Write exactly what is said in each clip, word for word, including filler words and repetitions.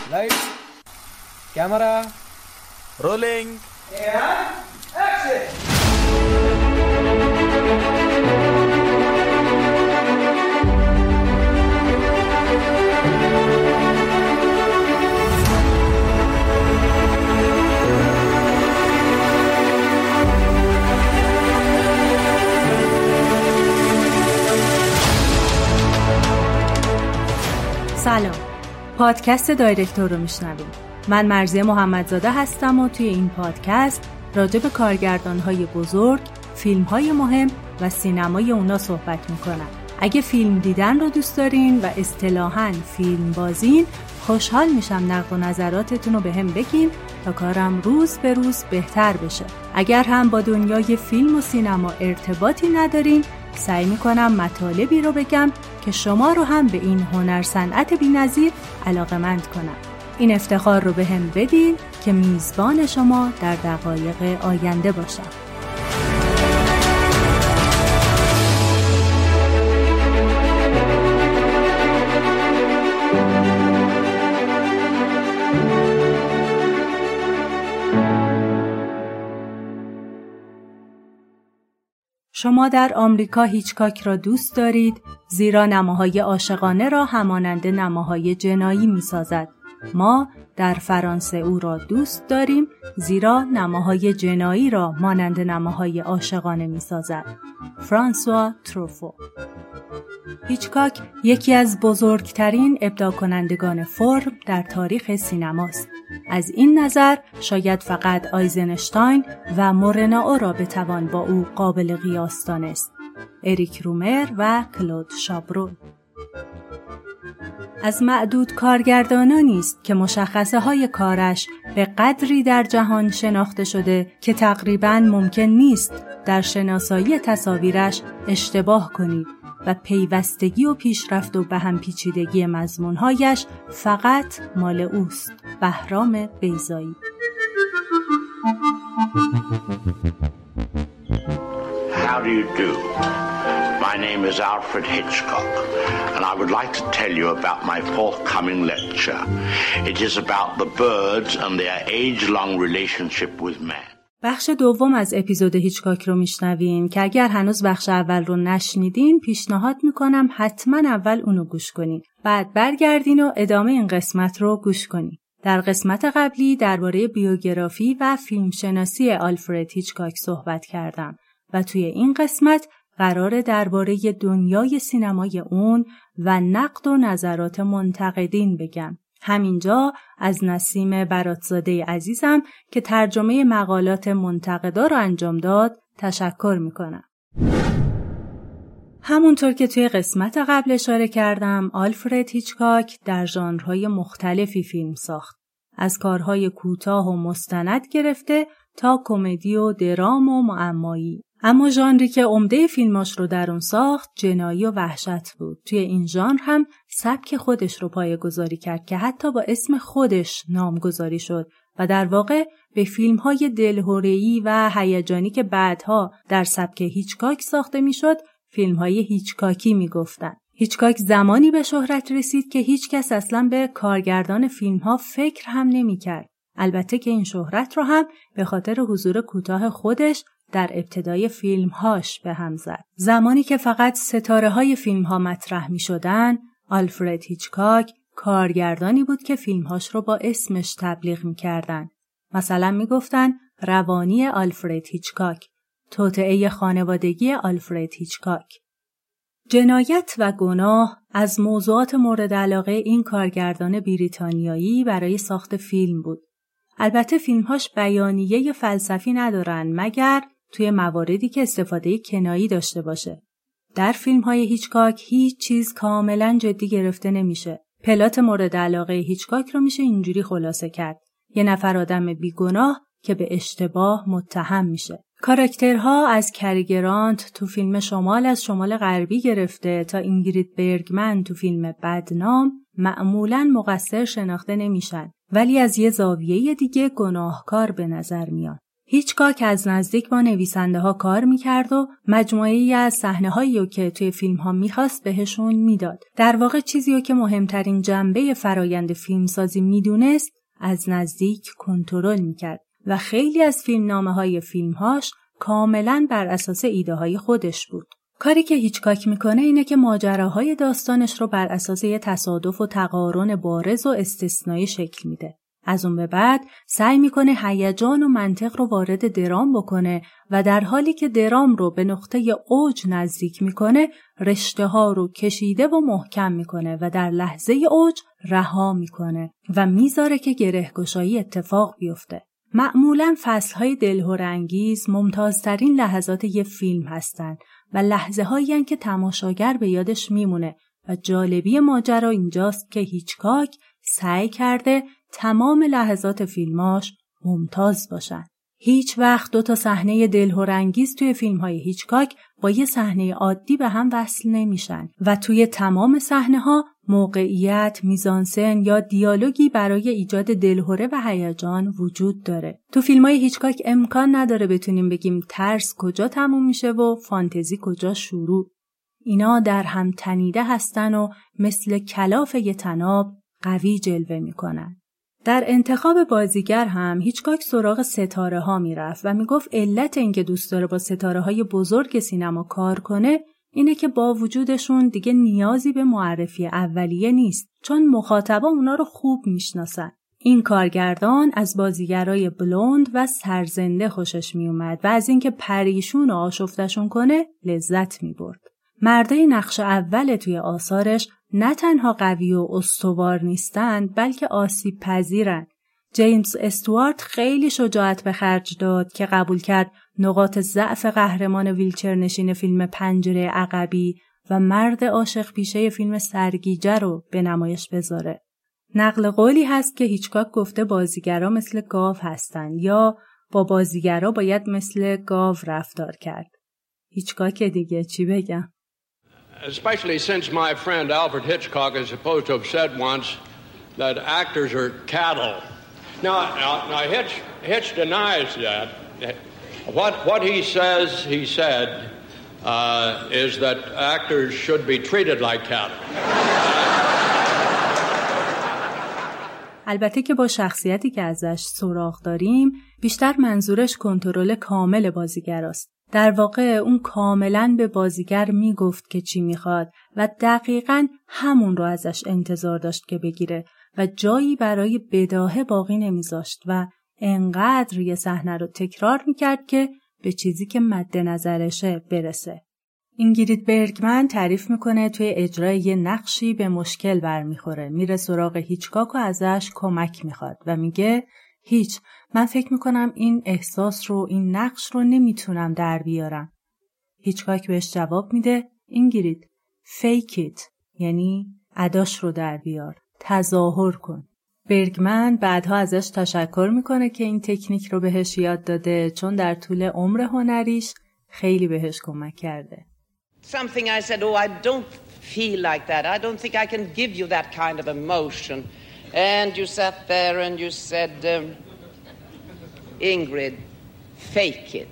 Lights, camera, rolling, and action! سلام، پادکست دایرکتور رو میشنویم. من مرضیه محمدزاده هستم و توی این پادکست راجع به کارگردان‌های بزرگ، فیلم‌های مهم و سینمای اونا صحبت میکنم. اگه فیلم دیدن رو دوست دارین و اصطلاحاً فیلم بازین، خوشحال میشم نقد و نظراتتون رو به هم بگین تا کارم روز به روز بهتر بشه. اگر هم با دنیای فیلم و سینما ارتباطی ندارین، سعی میکنم مطالبی رو بگم که شما رو هم به این هنر صنعت بی‌نظیر علاقه‌مند کنم. این افتخار رو به هم بدین که میزبان شما در دقایق آینده باشم. شما در آمریکا هیچکاک را دوست دارید زیرا نماهای عاشقانه را همانند نماهای جنایی می‌سازد. ما در فرانسه او را دوست داریم زیرا نماهای جنایی را مانند نماهای عاشقانه می‌سازد. فرانسوا تروفو. هیچکاک یکی از بزرگترین ابداع کنندگان فرم در تاریخ سینماست. از این نظر شاید فقط آیزنشتاین و مورنائو را بتوان با او قابل قیاس دانست. اریک رومر و کلود شابرون. از معدود کارگردانانی است که مشخصه های کارش به قدری در جهان شناخته شده که تقریباً ممکن نیست در شناسایی تصاویرش اشتباه کنید و پیوستگی و پیشرفت و به هم پیچیدگی مضمونهایش فقط مال اوست. بهرام بیضایی. How do you do? My name is Alfred Hitchcock, and I would like to tell you about my forthcoming lecture. It is about the birds and their age-long relationship with man. بخش دوم از اپیزود هیچکاک رو میشنوین که اگر هنوز بخش اول رو نشنیدین پیشنهاد میکنم حتما اول اونو گوش کنین. بعد برگردین و ادامه این قسمت رو گوش کنین. در قسمت قبلی درباره بیوگرافی و فیلمشناسی آلفرد هیچکاک صحبت کردم و توی این قسمت قراره درباره دنیای سینمای اون و نقد و نظرات منتقدین بگم. همینجا از نسیم براتزاده عزیزم که ترجمه مقالات منتقدا رو انجام داد تشکر میکنم. همونطور که توی قسمت قبل اشاره کردم، آلفرد هیچکاک در ژانرهای مختلفی فیلم ساخت. از کارهای کوتاه و مستند گرفته تا کمدی و درام و معمایی. اما ژانری که عمده فیلماش رو در اون ساخت جنایی و وحشت بود. توی این ژانر هم سبک خودش رو پایه‌گذاری کرد که حتی با اسم خودش نامگذاری شد و در واقع به فیلم‌های دلهره‌ای و هیجانی که بعدها در سبک هیچکاک ساخته میشد فیلم‌های هیچکاکی میگفتن. هیچکاک زمانی به شهرت رسید که هیچ کس اصلاً به کارگردان فیلم‌ها فکر هم نمی‌کرد. البته که این شهرت رو هم به خاطر حضور کوتاه خودش در ابتدای فیلمهاش به هم زد. زمانی که فقط ستاره های فیلم ها مطرح می شدن، آلفرد هیچکاک کارگردانی بود که فیلمهاش رو با اسمش تبلیغ می کردن. مثلا می گفتن روانی آلفرد هیچکاک، توطئه خانوادگی آلفرد هیچکاک. جنایت و گناه از موضوعات مورد علاقه این کارگردان بریتانیایی برای ساخت فیلم بود. البته فیلمهاش بیانیه فلسفی ندارن مگر توی مواردی که استفاده کنایی داشته باشه. در فیلم‌های هیچکاک هیچ چیز کاملاً جدی گرفته نمیشه. پلات مورد علاقه هیچکاک رو میشه اینجوری خلاصه کرد. یه نفر آدم بیگناه که به اشتباه متهم میشه. کاراکترها از کری گرانت تو فیلم شمال از شمال غربی گرفته تا اینگرید برگمن تو فیلم بدنام معمولاً مقصر شناخته نمیشن، ولی از یه زاویه دیگه گناهکار به نظر میان. هیچکاک از نزدیک با نویسنده ها کار میکرد و مجموعه‌ای از صحنه‌هایی رو که توی فیلم ها میخواست بهشون میداد. در واقع چیزی رو که مهمترین جنبه فرایند فیلمسازی میدونست از نزدیک کنترل میکرد و خیلی از فیلمنامه‌های فیلمهاش کاملاً بر اساس ایده‌های خودش بود. کاری که هیچکاک میکنه اینه که ماجراهای داستانش رو بر اساس یه تصادف و تقارن بارز و استثنایی شکل میده. از اون به بعد سعی میکنه هیجان و منطق رو وارد درام بکنه و در حالی که درام رو به نقطه اوج نزدیک میکنه رشته ها رو کشیده و محکم میکنه و در لحظه اوج رها میکنه و میذاره که گره‌گشایی اتفاق بیفته. معمولاً فصلهای دلهره‌انگیز ممتازترین لحظات یه فیلم هستن و لحظه هایی که تماشاگر به یادش میمونه و جالبی ماجرا اینجاست که هیچکاک سعی کرده تمام لحظات فیلماش ممتاز باشن. هیچ وقت دو تا صحنه دلهره‌انگیز توی فیلم‌های هیچکاک با یه صحنه عادی به هم وصل نمیشن و توی تمام صحنه‌ها موقعیت، میزانسن یا دیالوگی برای ایجاد دلهره و هیجان وجود داره. تو فیلم‌های هیچکاک امکان نداره بتونیم بگیم ترس کجا تموم میشه و فانتزی کجا شروع. اینا در هم تنیده هستن و مثل کلاف یه طناب قوی جلوه میکنن. در انتخاب بازیگر هم هیچکاک سراغ ستاره ها میرفت و میگفت علت اینکه دوست داره با ستاره های بزرگ سینما کار کنه اینه که با وجودشون دیگه نیازی به معرفی اولیه نیست، چون مخاطبا اونا رو خوب میشناسن. این کارگردان از بازیگرای بلوند و سرزنده خوشش میومد و از اینکه پریشون و آشفتشون کنه لذت میبرد. مردای نقش اول توی آثارش نه تنها قوی و استوار نیستند بلکه آسیب پذیرن. جیمز استوارت خیلی شجاعت به خرج داد که قبول کرد نقاط ضعف قهرمان ویلچر نشین فیلم پنجره عقبی و مرد عاشق پیشه فیلم سرگیجه رو به نمایش بذاره. نقل قولی هست که هیچکاک گفته بازیگرا مثل گاو هستن یا با بازیگرا باید مثل گاو رفتار کرد. هیچکاک دیگه چی بگم؟ Especially since my friend Alfred Hitchcock is supposed to have said once that actors are cattle. Now, now, now Hitch, Hitch denies that. What, what he says, he said, uh, is that actors should be treated like cattle. البته که با شخصیتی که ازش سراغ داریم بیشتر منظورش کنترل کامل بازیگراست. در واقع اون کاملاً به بازیگر میگفت که چی میخواد و دقیقاً همون رو ازش انتظار داشت که بگیره و جایی برای بداهه باقی نمیذاشت و انقدر یه صحنه رو تکرار میکرد که به چیزی که مد نظرشه برسه. اینگرید برگمن تعریف میکنه توی اجرای یه نقشی به مشکل برمیخوره، میره سراغ هیچکاک و ازش کمک میخواد و میگه هیچ، من فکر میکنم این احساس رو، این نقش رو نمیتونم در بیارم. هیچکاک بهش جواب میده اینگرید fake it، یعنی اداش رو در بیار، تظاهر کن. برگمن بعدها ازش تشکر میکنه که این تکنیک رو بهش یاد داده چون در طول عمر هنریش خیلی بهش کمک کرده. Something I said, oh, I don't feel like that. I don't think I can give you that kind of emotion. And you sat there and you said, um, Ingrid, fake it.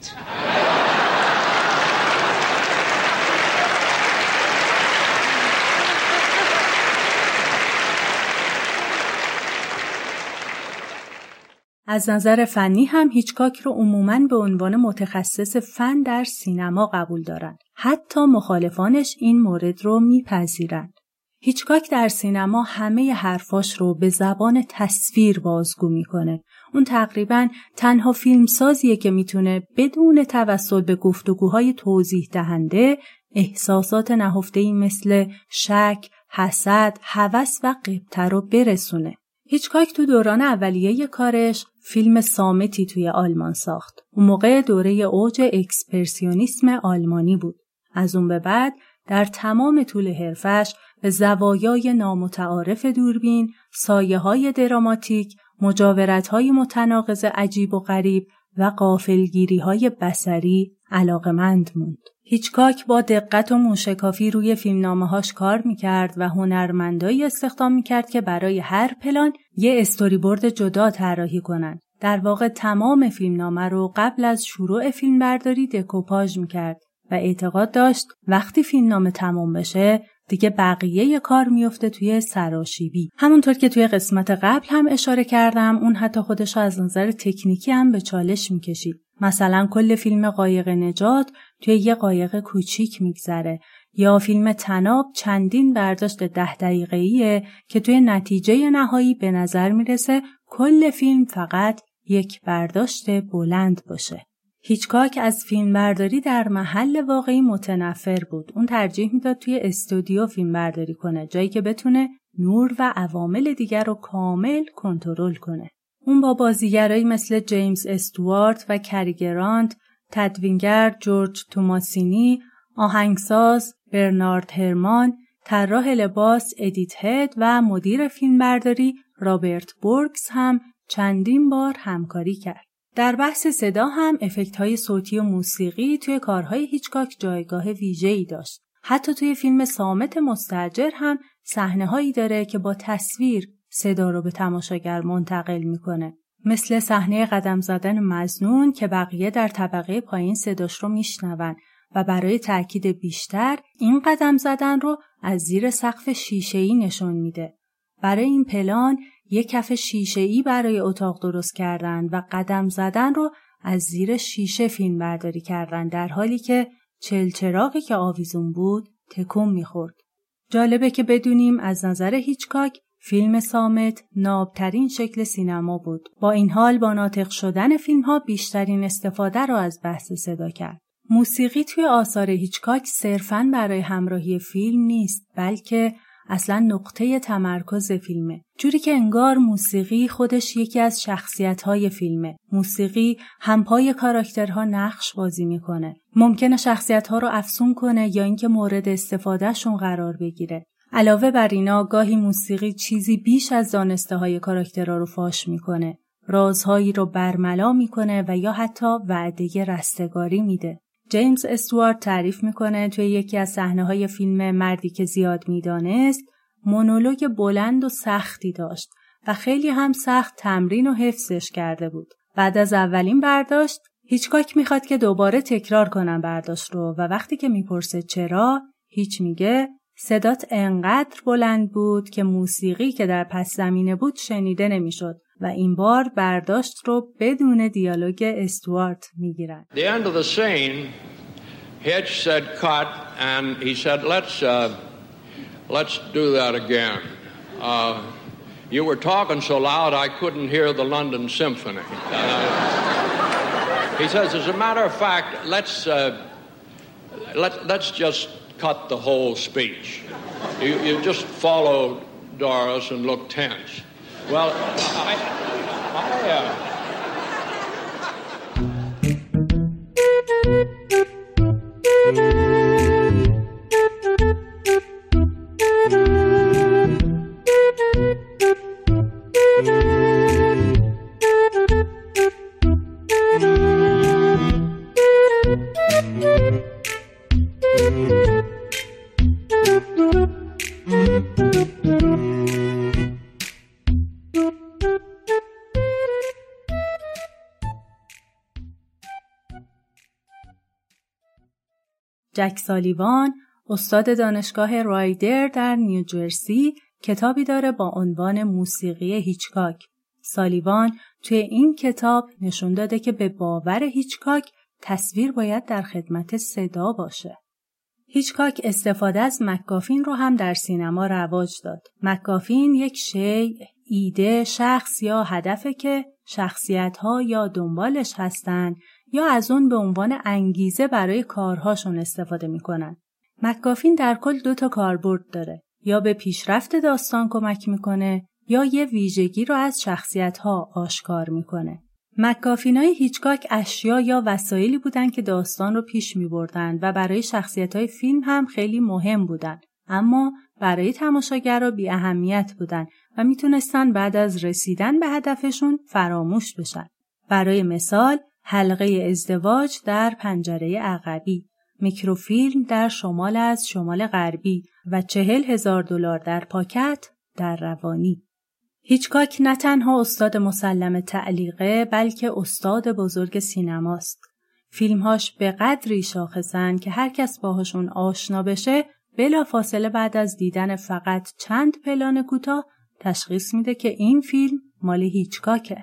از نظر فنی هم هیچکاک رو عموماً به عنوان متخصص فن در سینما قبول دارن. حتی مخالفانش این مورد رو میپذیرن. هیچکاک در سینما همه حرفاش رو به زبان تصویر بازگو میکنه. اون تقریباً تنها فیلمسازیه که میتونه بدون توسل به گفتگوهای توضیح دهنده احساسات نهفته‌ای مثل شک، حسد، هوس و غبطه رو برسونه. هیچکاک تو دوران اولیه کارش فیلم صامتی توی آلمان ساخت. اون موقع دوره اوج اکسپرسیونیسم آلمانی بود. از اون به بعد در تمام طول حرفش به زوایای نامتعارف دوربین، سایه‌های دراماتیک، مجاورت‌های متناقض عجیب و غریب و غافلگیری‌های بصری علاقه‌مند موند. هیچکاک با دقت و موشکافی روی فیلمنامه‌هاش کار می‌کرد و هنرمندایی استخدام می‌کرد که برای هر پلان یه استوری بورد جدا طراحی کنن در واقع تمام فیلمنامه رو قبل از شروع فیلمبرداری دکوپاژ میکرد و اعتقاد داشت وقتی فیلمنامه تمام بشه دیگه بقیه کار میفته توی سراشیبی. همونطور که توی قسمت قبل هم اشاره کردم، اون حتی خودش از نظر تکنیکی هم به چالش میکشید. مثلا کل فیلم قایق نجات توی یه قایق کوچیک میگذره، یا فیلم طناب چندین برداشت ده دقیقه‌ایه که توی نتیجه نهایی به نظر میرسه کل فیلم فقط یک برداشت بلند باشه. هیچکاک از فیلمبرداری در محل واقعی متنفر بود. اون ترجیح میداد توی استودیو فیلمبرداری کنه، جایی که بتونه نور و عوامل دیگر رو کامل کنترل کنه. اون با بازیگرایی مثل جیمز استوارت و کری گرانت، تدوینگر جورج توماسینی، آهنگساز برنارد هرمان، طراح لباس ادیت هد و مدیر فیلمبرداری رابرت بورکس هم چندین بار همکاری کرد. در بحث صدا هم افکت‌های صوتی و موسیقی توی کارهای هیچکاک جایگاه ویژه‌ای داشت. حتی توی فیلم صامت مستاجر هم صحنه‌هایی داره که با تصویر صدا رو به تماشاگر منتقل میکنه. مثل صحنه قدم زدن مظنون که بقیه در طبقه پایین صداش رو میشنون و برای تأکید بیشتر این قدم زدن رو از زیر سقف شیشه‌ای نشون میده. برای این پلان یک کف شیشه‌ای برای اتاق درست کردن و قدم زدن رو از زیر شیشه فیلم برداری کردن، در حالی که چلچراغی که آویزون بود تکون میخورد. جالبه که بدونیم از نظر هیچکاک فیلم صامت نابترین شکل سینما بود. با این حال با ناطق شدن فیلم ها بیشترین استفاده رو از بحث صدا کرد. موسیقی توی آثار هیچکاک صرفاً برای همراهی فیلم نیست، بلکه اصلا نقطه تمرکز فیلمه. جوری که انگار موسیقی خودش یکی از شخصیت‌های فیلمه. موسیقی هم پای کاراکترها نقش بازی میکنه. ممکنه شخصیت‌ها رو افسون کنه یا اینکه مورد استفادهشون قرار بگیره. علاوه بر اینا گاهی موسیقی چیزی بیش از دانسته های کاراکترها رو فاش میکنه. رازهایی رو برملا میکنه و یا حتی وعده رستگاری میده. جیمز استوارت تعریف میکنه توی یکی از صحنه‌های فیلم مردی که زیاد میدانست مونولوگ بلند و سختی داشت و خیلی هم سخت تمرین و حفظش کرده بود. بعد از اولین برداشت هیچکاک میخواد که دوباره تکرار کنن برداشت رو و وقتی که میپرسه چرا، هیچ میگه صدات انقدر بلند بود که موسیقی که در پس زمینه بود شنیده نمیشد و این بار برداشت رو بدون دیالوگ استوارت میگیرن. The end of the scene, Hitch said cut and he said let's uh, let's do that again. Uh, you were talking so loud I couldn't hear the London Symphony. Uh, he says as a matter of fact let's uh, let let's just cut the whole speech. You, you just followed Doris and looked tense. Well, I, I, uh... جک سالیوان، استاد دانشگاه رایدر در نیوجرسی، کتابی داره با عنوان موسیقی هیچکاک. سالیوان توی این کتاب نشون داده که به باور هیچکاک تصویر باید در خدمت صدا باشه. هیچکاک استفاده از مکافین رو هم در سینما رواج داد. مکافین یک شی، ایده، شخص یا هدفه که شخصیت‌ها یا دنبالش هستن یا از اون به عنوان انگیزه برای کارهاشون استفاده میکنن. مکافین در کل دو تا کاربرد داره. یا به پیشرفت داستان کمک میکنه یا یه ویژگی رو از شخصیت‌ها آشکار میکنه. مکافینای هیچکاک اشیا یا وسایلی بودن که داستان رو پیش میبردن و برای شخصیت‌های فیلم هم خیلی مهم بودن، اما برای تماشاگرها بی اهمیت بودن و میتونستن بعد از رسیدن به هدفشون فراموش بشن. برای مثال حلقه ازدواج در پنجره عقبی، میکروفیلم در شمال از شمال غربی و چهل هزار دلار در پاکت در روانی. هیچکاک نه تنها استاد مسلم تعلیقه بلکه استاد بزرگ سینماست. فیلمهاش به قدری شاخصن که هر کس باهاشون آشنا بشه بلا فاصله بعد از دیدن فقط چند پلان کوتاه تشخیص میده که این فیلم مال هیچکاکه.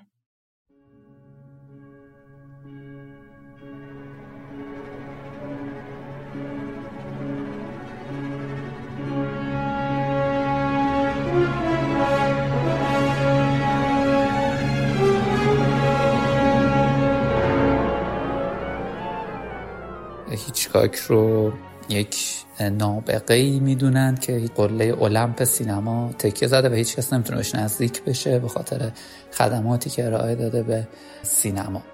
هیچکاک رو یک نابغه‌ای میدونند که قله المپ سینما تکیه زده و هیچ کس نمیتونه بهش نزدیک بشه به خاطر خدماتی که ارائه داده به سینما.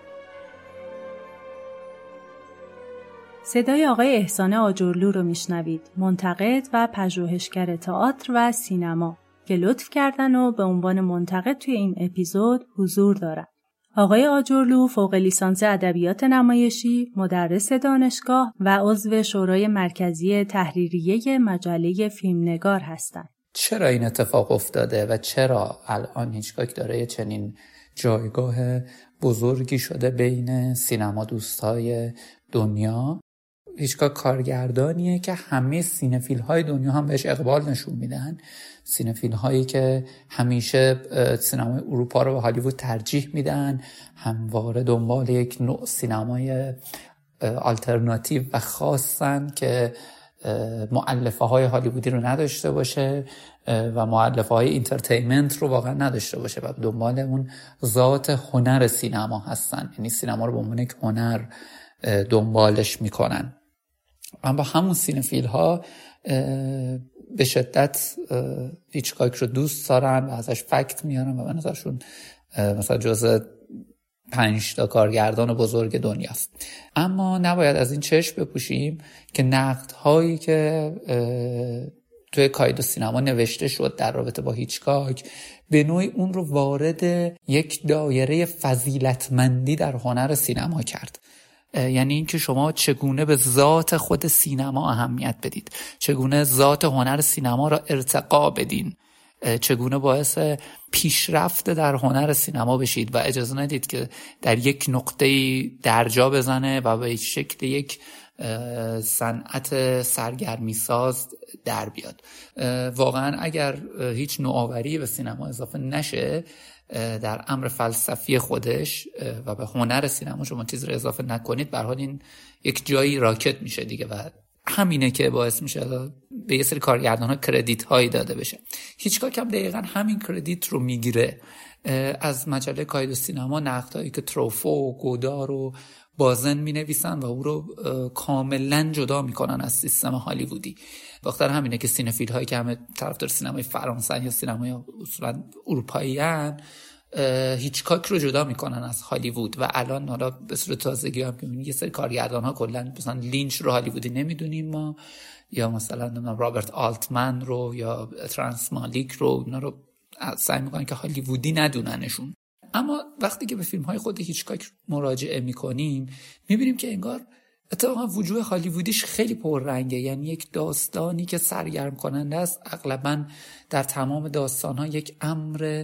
صدای آقای احسان آجرلو رو میشنوید، منتقد و پژوهشگر تئاتر و سینما که لطف کردن و به عنوان منتقد توی این اپیزود حضور دارن. آقای آجرلو فوق لیسانس ادبیات نمایشی، مدرس دانشگاه و عضو شورای مرکزی تحریریه مجله فیلمنگار هستند. چرا این اتفاق افتاده و چرا الان هیچکاک داره چنین جایگاه بزرگی شده بین سینما دوستای دنیا؟ هیچکاک کارگردانیه که همه سینفیل های دنیا هم بهش اقبال نشون میدن. سینفیل هایی که همیشه سینمای اروپا رو به هالیوود ترجیح میدن، همواره دنبال یک نوع سینمای آلترناتیو و خاصن که مؤلفه های هالیوودی رو نداشته باشه و مؤلفه های اینترتینمنت رو واقعا نداشته باشه و دنبال اون ذات هنر سینما هستن، یعنی سینما رو به عنوان یک هنر دنبالش میکنن. اما همون سینفیل ها به شدت هیچکاک رو دوست دارن و ازش فکت میارن و به نظرشون مثلا جزء پنج تا کارگردان بزرگ دنیاست. اما نباید از این چشم بپوشیم که نقدهایی که توی کایدو سینما نوشته شد در رابطه با هیچکاک به نوعی اون رو وارد یک دایره فضیلتمندی در هنر سینما کرد. یعنی این که شما چگونه به ذات خود سینما اهمیت بدید، چگونه ذات هنر سینما را ارتقا بدین، چگونه باعث پیشرفت در هنر سینما بشید و اجازه ندید که در یک نقطه درجا بزنه و به شکل یک صنعت سرگرمی ساز در بیاد. واقعا اگر هیچ نوآوری به سینما اضافه نشه در امر فلسفی خودش و به هنر سینما شما چیز رو اضافه نکنید، به هر حال این یک جایی راکت میشه دیگه و همینه که باعث میشه به یه سری کارگردان‌ها کردیت هایی داده بشه. هیچکاک هم دقیقاً همین کردیت رو میگیره. از مجله کایدو سینما نقدهایی که تروفو و گودار و بازن مینویسن و او رو کاملا جدا میکنن از سیستم هالیوودی. بخاطر همینه که سینفیل هایی که همه طرفدار سینمای فرانسه یا سینمای اصولا اروپایی ان هیچکاک رو جدا میکنن از هالیوود و الان حالا به صورت تازگی هم که میبینید یه سری کارگردان ها کلا مثلا لینچ رو هالیوودی نمیدونیم ما، یا مثلا رابرت آلتمن رو یا ترانس مالیک رو، اینا رو سعی میکنن که هالیوودی ندوننشون. اما وقتی که به فیلم های خود هیچکاک مراجعه میکنیم میبینیم که انگار اتفاقا وجوه هالیوودیش خیلی پررنگه، یعنی یک داستانی که سرگرم کننده است. اغلبا در تمام داستان‌ها یک امر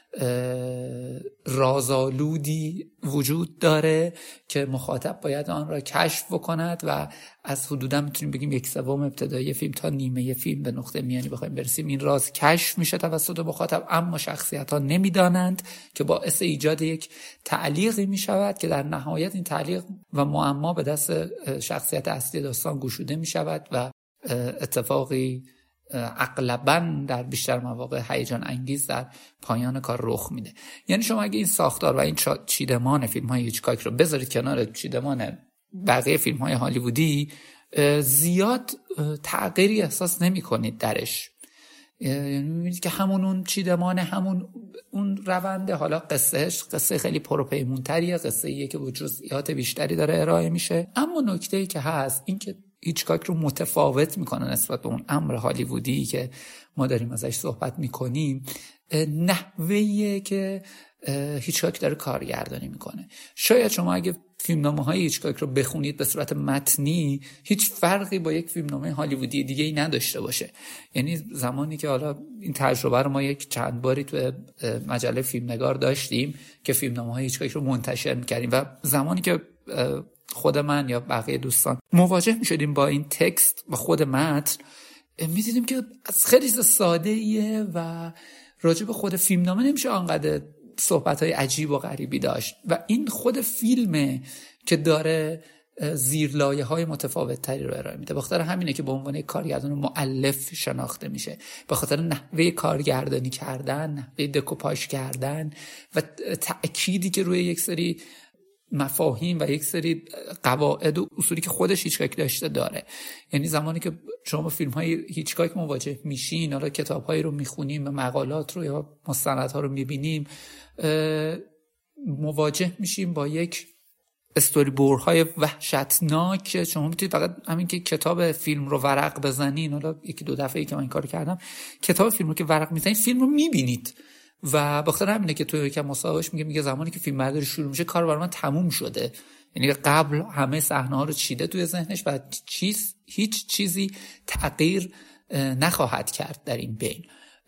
رازآلودی وجود داره که مخاطب باید آن را کشف بکند و از حدودا میتونیم بگیم یک سوم ابتدایی فیلم تا نیمه فیلم به نقطه میانی بخوایم برسیم این راز کشف میشه توسط مخاطب، اما شخصیت‌ها نمیدانند که باعث ایجاد یک تعلیقی میشود که در نهایت این تعلیق و معما به دست شخصیت اصلی داستان گشوده میشود و اتفاقی اغلباً در بیشتر مواقع هیجان انگیز در پایان کار رخ میده. یعنی شما اگه این ساختار و این چیدمان فیلم های هیچکاک رو بذارید کنار چیدمان بقیه فیلم های هالیوودی، زیاد تغییری احساس نمی کنید درش. یعنی میبینید که همون اون چیدمان، همون اون رونده. حالا قصهش قصه خیلی پروپیمونتریه، قصه ایه که با جزئیات بیشتری داره ارائه میشه، اما نکته‌ای که هست این که هیچکاک رو متفاوت میکنه نسبت به اون امر هالیوودی که ما داریم ازش صحبت میکنیم، نحوهیه که هیچکاک داره کارگردانی میکنه. شاید شما اگه فیلمنامه‌های هیچکاک رو بخونید به صورت متنی هیچ فرقی با یک فیلمنامه هالیوودی دیگه ای نداشته باشه. یعنی زمانی که حالا این تجربه رو ما یک چند باری تو مجله فیلمنگار داشتیم که فیلمنامه‌های هیچکاک رو منتشر می‌کردیم و زمانی که خود من یا بقیه دوستان مواجه می‌شدیم با این تکست و خود متن، می‌دیدیم که از خیلی ساده‌ایه و راجع به خود فیلمنامه نمیشه آنقدر صحبت‌های عجیب و غریبی داشت و این خود فیلمه که داره زیرلایه‌های متفاوت‌تری رو ارائه میده. به خاطر همینه که به عنوان یک کارگردان مؤلف شناخته میشه، به خاطر نحوه کارگردانی کردن، نحوه دکوپاژ کردن و تأکیدی که روی یک سری مفاهیم و یک سری قواعد و اصولی که خودش هیچکاک داشته داره. یعنی زمانی که شما فیلم‌های هیچکاک مواجه میشین، حالا کتاب‌هایی رو میخونیم و مقالات رو یا مستندها رو میبینیم، مواجه میشیم با یک استوری بوردهای وحشتناک که شما میتونید فقط همین که کتاب فیلم رو ورق بزنین، حالا یکی دو دفعه‌ای که من این کارو کردم، کتاب فیلم رو که ورق میزنید فیلم رو میبینید و بخاطر همینه که تو یکم مصاحبهش میگه میگه زمانی که فیلم برداری شروع میشه کار برای من تموم شده. یعنی قبل همه صحنه ها رو چیده توی ذهنش و چیز هیچ چیزی تغییر نخواهد کرد در این بین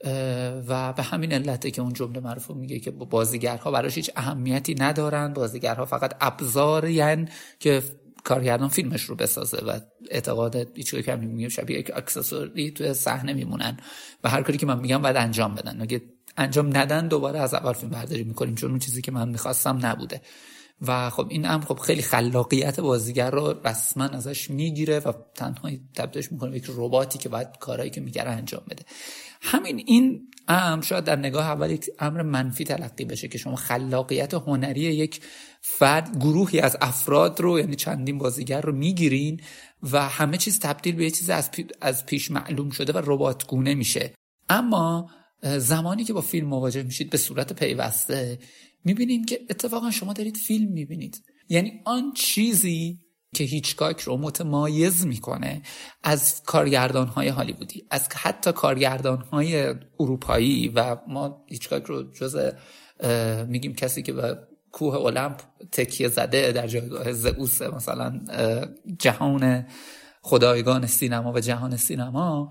و به همین علته که اون جمله معروف میگه که بازیگرها براش هیچ اهمیتی ندارن، بازیگرها فقط ابزارین که کارگردان فیلمش رو بسازه و اعتقاد هیچ که همین میگه شبیه یک اکسسوری توی صحنه میمونن و هر کاری که من میگم باید انجام بدن، اگه انجام ندن دوباره از اول فیلم برداری میکنیم چون اون چیزی که من میخواستم نبوده. و خب این امر خب خیلی خلاقیت بازیگر رو رسما ازش میگیره و تنهایی تبدیلش میکنه به یک رباتی که باید کارهایی که میگه انجام بده. همین این امر شاید در نگاه اول یک امر منفی تلقی بشه که شما خلاقیت هنری یک فرد، گروهی از افراد رو، یعنی چندین بازیگر رو میگیرین و همه چیز تبدیل به یه چیز از, پی... از پیش معلوم شده و رباتگونه میشه. اما زمانی که با فیلم مواجه میشید به صورت پیوسته میبینید که اتفاقا شما دارید فیلم میبینید. یعنی آن چیزی که هیچکاک رو متمایز میکنه از کارگردان‌های هالیوودی، از حتی کارگردان‌های اروپایی، و ما هیچکاک رو جز میگیم کسی که به کوه المپ تکیه زده در جایگاه زئوس مثلا جهان خدایگان سینما و جهان سینما،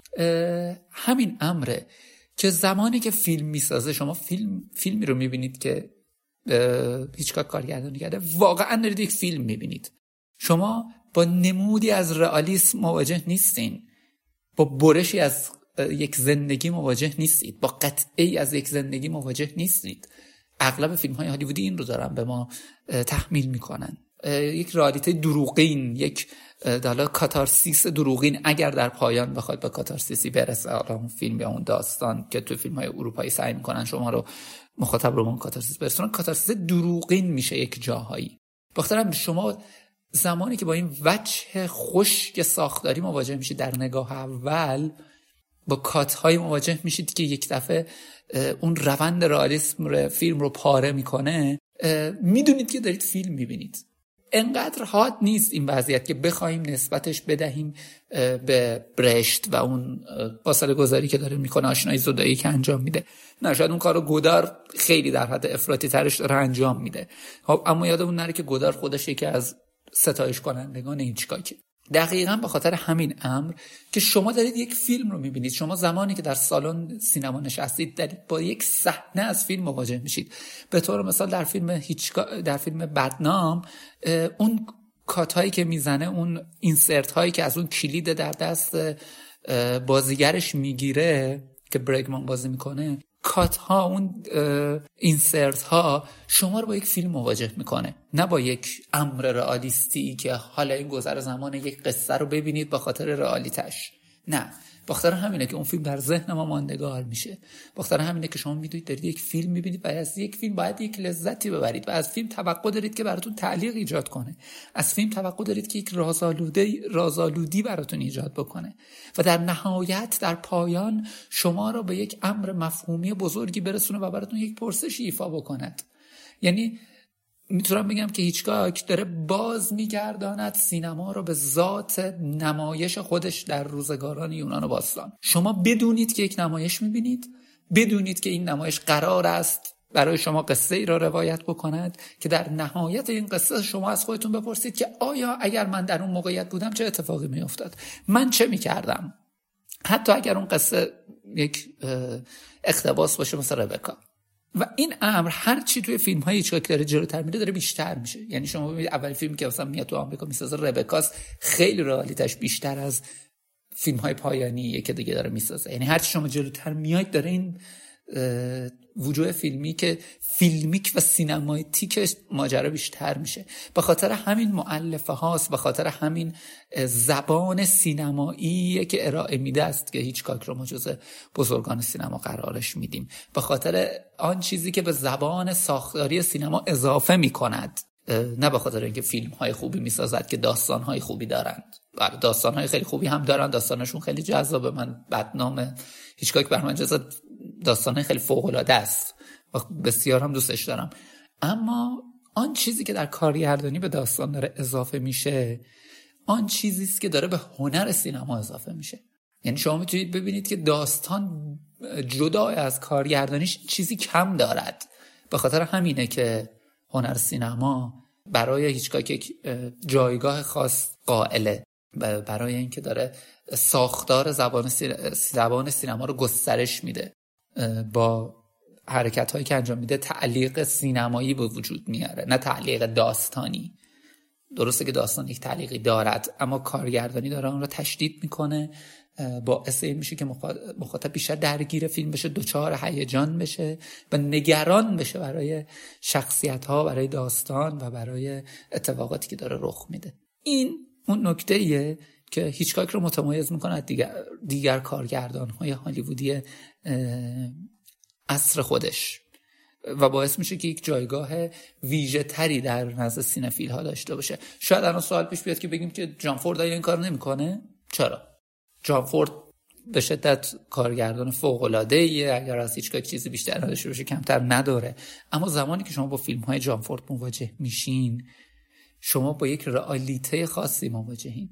همین امره که زمانی که فیلم میسازه شما فیلم فیلمی رو میبینید که هیچکاک کارگردانی کرده، واقعا دارید یک فیلم میبینید. شما با نمودی از رئالیسم مواجه نیستین، با برشی از یک زندگی مواجه نیستید، با قطعی از یک زندگی مواجه نیستید. اغلب فیلم‌های هالیوودی این رو دارن به ما تحمیل میکنن، یک رئالیته دروغین، یک حالا کاتارسیس دروغین، اگر در پایان بخواد به کاتارسیسی برسه، حالا اون فیلم یا اون داستان که تو فیلم‌های اروپایی سعی میکنن شما رو مخاطب رو اون کاتارسیس برسونن، کاتارسیس دروغین میشه یک جاهایی. بخاطر شما زمانی که با این وجه خشک ساختاری مواجه میشید در نگاه اول، با کات‌های مواجه میشید که یک دفعه اون روند رئالیسم رو فیلم رو پاره میکنه، میدونید که دارید فیلم میبینید. انقدر حاد نیست این وضعیت که بخوایم نسبتش بدهیم به برشت و اون فاصله گذاری که داره میکنه، آشنایی زدایی که انجام میده. نه، شاید اون کارو گودار خیلی در حد افراطی ترش داره انجام میده. خب اما یادمون نره که گودار خودش یکی از ستایش کنندگان هیچکاکه. دقیقاً به خاطر همین امر که شما دارید یک فیلم رو میبینید. شما زمانی که در سالن سینما نشستید دارید با یک صحنه از فیلم مواجه میشید. به طور مثال در فیلم هیچکاک، در فیلم بدنام، اون کات هایی که میزنه، اون اینسرت هایی که از اون کلید در دست بازیگرش میگیره که برگمان بازی میکنه، کات ها، اون اینسرت ها شما رو با یک فیلم مواجه میکنه، نه با یک امر رئالیستی که حالا این گذر زمان یک قصه رو ببینید با خاطر رئالیتش. نه، با خاطر همینه که اون فیلم در ذهن ما ماندگار میشه. با خاطر همینه که شما میدونید دارید یک فیلم میبینید و از یک فیلم باید یک لذتی ببرید و از فیلم توقع دارید که براتون تعلیق ایجاد کنه. از فیلم توقع دارید که یک رازآلودی رازآلودی براتون ایجاد بکنه و در نهایت در پایان شما رو به یک امر مفهومی بزرگی برسونه و براتون یک پرسشی ایفا بکند. یعنی میتونم بگم که هیچکاک داره باز میگرداند سینما رو به ذات نمایش خودش در روزگاران یونان و باستان. شما بدونید که یک نمایش میبینید، بدونید که این نمایش قرار است برای شما قصه ای را روایت بکند که در نهایت این قصه شما از خودتون بپرسید که آیا اگر من در اون موقعیت بودم چه اتفاقی می افتاد، من چه می کردم، حتی اگر اون قصه یک اقتباس باشه مثل ربکا. و این امر هر چی توی فیلم های هیچکاک داره جلوتر میره داره بیشتر میشه. یعنی شما ببینید اول فیلمی که مثلا میاد تو آمریکا میسازه ربکاست، خیلی رئالیتش بیشتر از فیلم های پایانیه که دیگه داره میسازه. یعنی هر چی شما جلوتر میاید داره این وجوه فیلمی که فیلمیک و سینماتیک ماجرا بیشتر میشه. به خاطر همین مؤلفه هاست، به خاطر همین زبان سینمایی که ارائه میده است که هیچکاک رو ما جزو بزرگان سینما قرارش میدیم، به خاطر آن چیزی که به زبان ساختاری سینما اضافه میکند، نه به خاطر اینکه فیلم های خوبی میسازد که داستان های خوبی دارند. داستان های خیلی خوبی هم دارن، داستانشون خیلی جذابه. من بدنام هیچکاک بر من جزو داستانه خیلی فوق‌العاده است و بسیار هم دوستش دارم، اما آن چیزی که در کارگردانی به داستان داره اضافه میشه آن چیزی است که داره به هنر سینما اضافه میشه. یعنی شما میتونید ببینید که داستان جدا از کارگردانیش چیزی کم دارد. به خاطر همینه که هنر سینما برای هیچکاک یک جایگاه خاص قائله، برای اینکه داره ساختار زبان زبان سینما رو گسترش میده، با حرکت هایی که انجام میده تعلیق سینمایی به وجود میاره، نه تعلیق داستانی. درسته که داستان یک تعلیقی دارد، اما کارگردانی داره اون رو تشدید میکنه، باعث این میشه که مخاطب بیشتر درگیر فیلم بشه، دوچار هیجان بشه و نگران بشه برای شخصیت ها، برای داستان و برای اتفاقاتی که داره رخ میده. این اون نکته‌ایه که هیچکاک رو متمایز میکنه دیگر دیگر کارگردان‌های هالیوودی عصر خودش و باعث میشه که یک جایگاه ویژه تری در نزد سینفیل ها داشته باشه. شاید الان سوال پیش بیاد که بگیم که جان فورد این کارو نمیکنه. چرا؟ جان فورد به شدت کارگردان فوق العاده ایه، اگر از هیچکاک چیزی بیشتر نداشته باشه کمتر نداره. اما زمانی که شما با فیلم های جان فورد مواجه میشین، شما با یک رئالیته خاصی مواجهین.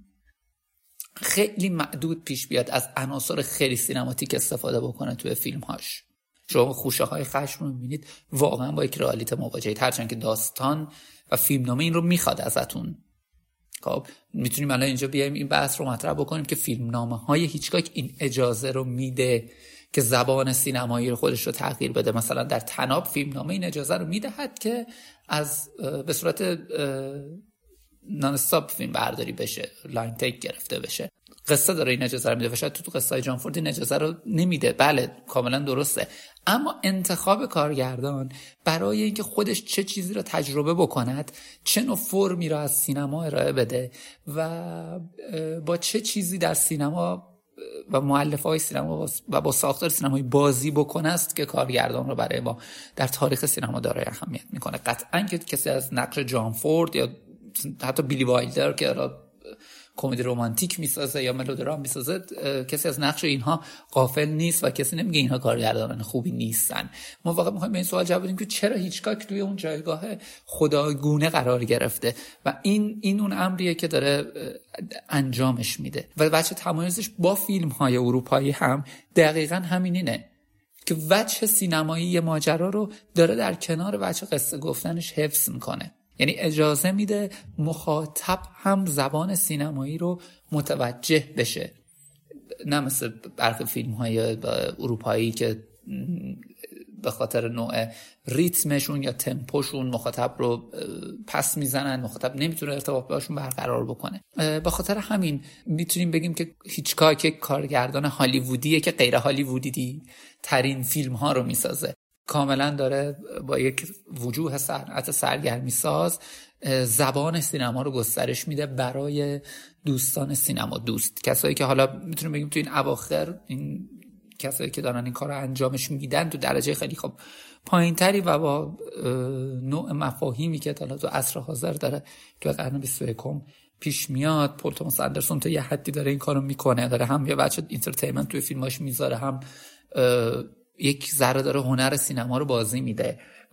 خیلی معدود پیش بیاد از عناصر خیلی سینماتیک استفاده بکنه توی فیلم‌هاش. شما خوشه های خشم رو می‌بینید واقعا با یک رئالیته مواجهید، هرچند که داستان و فیلمنامه این رو میخواد ازتون. خب میتونیم الان اینجا بیایم این بحث رو مطرح بکنیم که فیلمنامه‌های هیچکاک این اجازه رو میده که زبان سینمایی رو خودش رو تغییر بده. مثلا در طناب فیلمنامه این اجازه رو میدهد که از به صورت نان استاپ فیلم برداری بشه، لاین تیک گرفته بشه. قصه داره این اجازه رو میده و شاید تو تو قصه های جان فورد این اجازه رو نمیده. بله کاملا درسته، اما انتخاب کارگردان برای اینکه خودش چه چیزی رو تجربه بکند، چه نوع فرمی رو از سینما ارائه بده و با چه چیزی در سینما و مؤلفه‌های سینما و با ساختار سینمایی بازی بکنه است که کارگردان رو برای ما در تاریخ سینما دارای اهمیت میکنه. قطعاً که کسی از نقش جان فورد یا حتی بیلی وایلدر که کمدی رمانتیک میسازه یا ملودرام میسازه، کسی از نقش اینها غافل نیست و کسی نمیگه اینها کارگردانان خوبی نیستن. ما واقعا میخوایم به این سوال جواب بدیم که چرا هیچکاک توی اون جایگاه خداگونه قرار گرفته و این این اون امریه که داره انجامش میده و وجه تمایزش با فیلم های اروپایی هم دقیقاً همینینه که وجه سینمایی ماجرا رو داره در کنار وجه قصه گفتنش حفظ میکنه. یعنی اجازه میده مخاطب هم زبان سینمایی رو متوجه بشه، نه مثل برخی فیلم های اروپایی که به خاطر نوع ریتمشون یا تمپوشون مخاطب رو پس میزنن، مخاطب نمیتونه ارتباط باشون برقرار بکنه. به خاطر همین میتونیم بگیم که هیچکاک یک کارگردان هالیوودیه که غیر هالیوودی ترین فیلم ها رو میسازه. کاملا داره با یک وجوه صنعت سرگرمی ساز زبان سینما رو گسترش میده برای دوستان سینما دوست، کسایی که حالا میتونیم بگیم تو این اواخر این کسایی که دارن این کار رو انجامش میدن تو درجه خیلی خب پایین تری و با نوع مفاهیمی که حالا تو عصر حاضر داره تو قرن بیست و یکم پیش میاد. پول توماس اندرسون تا یه حدی داره این کارو میکنه، داره هم یه بچه اینترتینمنت توی فیلماش میذاره، هم یک ذره داره هنر سینما رو بازی میده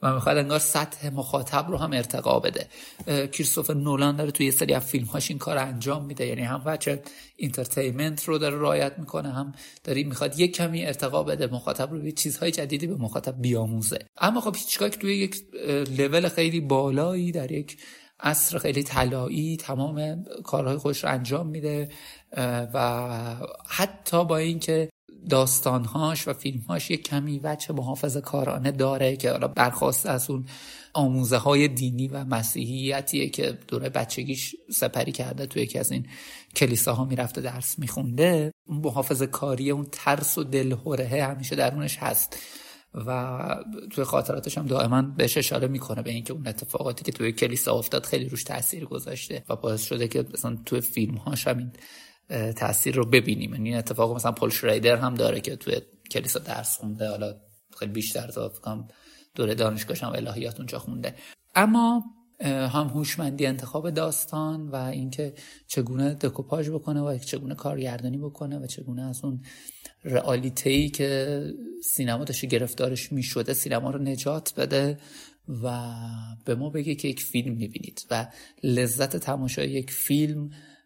و میخواد انگار سطح مخاطب رو هم ارتقا بده. کریستوفر نولان داره توی یه سری از فیلم‌هاش این کار انجام میده، یعنی هم بچه اینترتینمنت رو داره رعایت میکنه، هم داره میخواد یک کمی ارتقا بده مخاطب رو، به چیزهای جدیدی به مخاطب بیاموزه. اما خب هیچکاک توی یک لول خیلی بالایی در یک عصر خیلی طلایی تمام کارهای خودش رو انجام میده و حتی با اینکه داستانهاش و فیلمهاش یک کمی وجه محافظه کارانه داره که حالا برخواست از اون آموزه های دینی و مسیحیتیه که دوره بچگیش سپری کرده، توی یکی از این کلیساها میرفته درس میخونده، محافظه کاری، اون ترس و دلهوره همیشه درونش هست و توی خاطراتش هم دائما بهش اشاره میکنه به اینکه اون اتفاقاتی که توی کلیسا افتاد خیلی روش تاثیر گذاشته و باعث شده که مثلا توی فیلم‌هاش هم این تاثیر رو ببینیم. این اتفاق مثلا پول شرایدر هم داره که توی کلیسا درس خونده، حالا خیلی بیشتر فکرام دوره دانشگاهش هم الهیات اونجا خونده. اما هم هوشمندی انتخاب داستان و اینکه چگونه دکوپاژ بکنه و چگونه کارگردانی بکنه و چگونه از اون رئالیته‌ای که سینما داشته گرفتارش میشده سینما رو نجات بده و به ما بگه که یک فیلم میبینید و لذت تماشای یک فیلم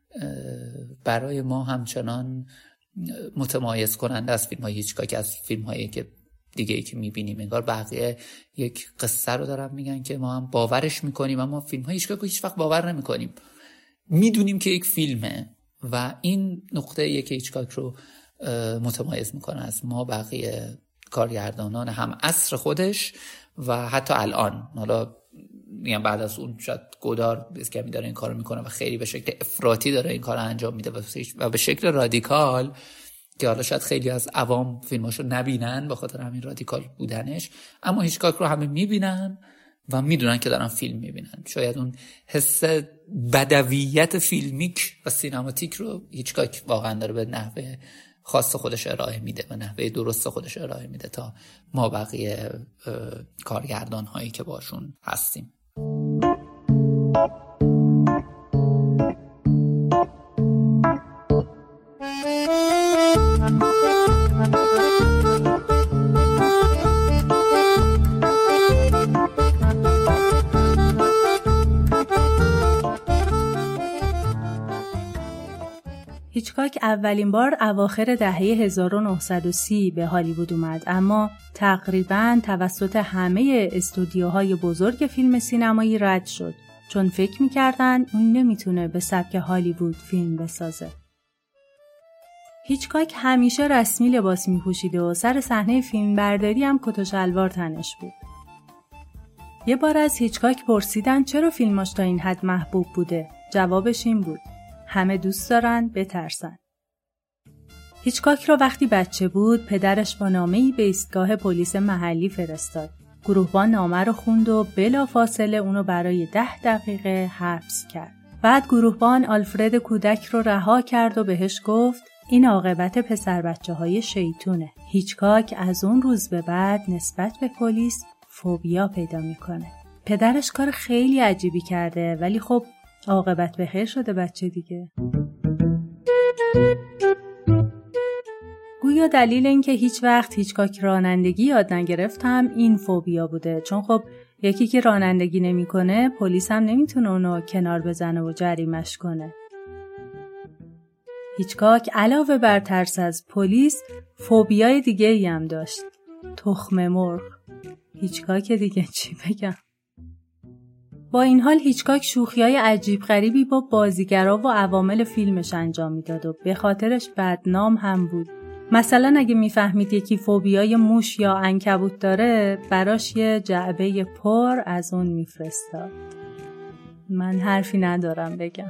برای ما همچنان متمایز کننده از فیلم های هیچکاک از فیلم هایی که دیگه ای که میبینیم. انگار بقیه یک قصه رو دارن میگن که ما هم باورش میکنیم، اما فیلم های هیچکاک رو هیچ وقت باور نمیکنیم، میدونیم که یک فیلمه و این نقطه یک هیچکاک رو متمایز میکنه از ما بقیه کارگردانان هم عصر خودش و حتی الان. حالا میگم بعد از اون شاید گودار کمی داره این کارو میکنه و خیلی به شکل افراطی داره این کارو انجام میده و به شکل رادیکال که حالا شاید خیلی از عوام فیلماشو نبینن به خاطر همین رادیکال بودنش، اما هیچکاک رو همه میبینن و میدونن که دارن فیلم میبینن. شاید اون حس بدویت فیلمیک و سینماتیک رو هیچکاک واقعا داره به نحوه خاص خودش ارائه میده و نحوه درست خودش ارائه میده تا ما بقیه کارگردان هایی که باشون هستیم. هیچکاک اولین بار اواخر دهه هزار و نهصد و سی به هالیوود اومد، اما تقریباً توسط همه استودیوهای بزرگ فیلم سینمایی رد شد، چون فکر می‌کردن اون نمیتونه به سبک هالیوود فیلم بسازه. هیچکاک همیشه رسمی لباس می‌پوشیده و سر صحنه فیلمبرداری هم کت و شلوار تنش بود. یه بار از هیچکاک پرسیدن چرا فیلماش تا این حد محبوب بوده. جوابش این بود: همه دوست دارن بترسن. هیچکاک رو وقتی بچه بود پدرش با نامه‌ای به ایستگاه پلیس محلی فرستاد. گروهبان نامه رو خوند و بلافاصله اونو برای ده دقیقه حبس کرد. بعد گروهبان آلفرد کودک رو رها کرد و بهش گفت این عاقبت پسر بچه های شیطونه. هیچکاک از اون روز به بعد نسبت به پلیس فوبیا پیدا میکنه. پدرش کار خیلی عجیبی کرده ولی خب عاقبت بخیر شده بچه دیگه. گویا دلیل این که هیچ وقت هیچکاک رانندگی یاد نگرفت هم این فوبیا بوده، چون خب یکی که رانندگی نمیکنه پلیس هم نمیتونه اونو کنار بزنه و جریمش کنه. هیچکاک علاوه بر ترس از پلیس فوبیای دیگه ای هم داشت، تخم مرغ. هیچکاک دیگه چی بگم. با این حال هیچکاک شوخیای عجیب غریبی با بازیگرا و عوامل فیلمش انجام میداد و به خاطرش بدنام هم بود. مثلا اگه میفهمید یکی فوبیای موش یا عنکبوت داره براش یه جعبه پر از اون میفرستاد. من حرفی ندارم بگم.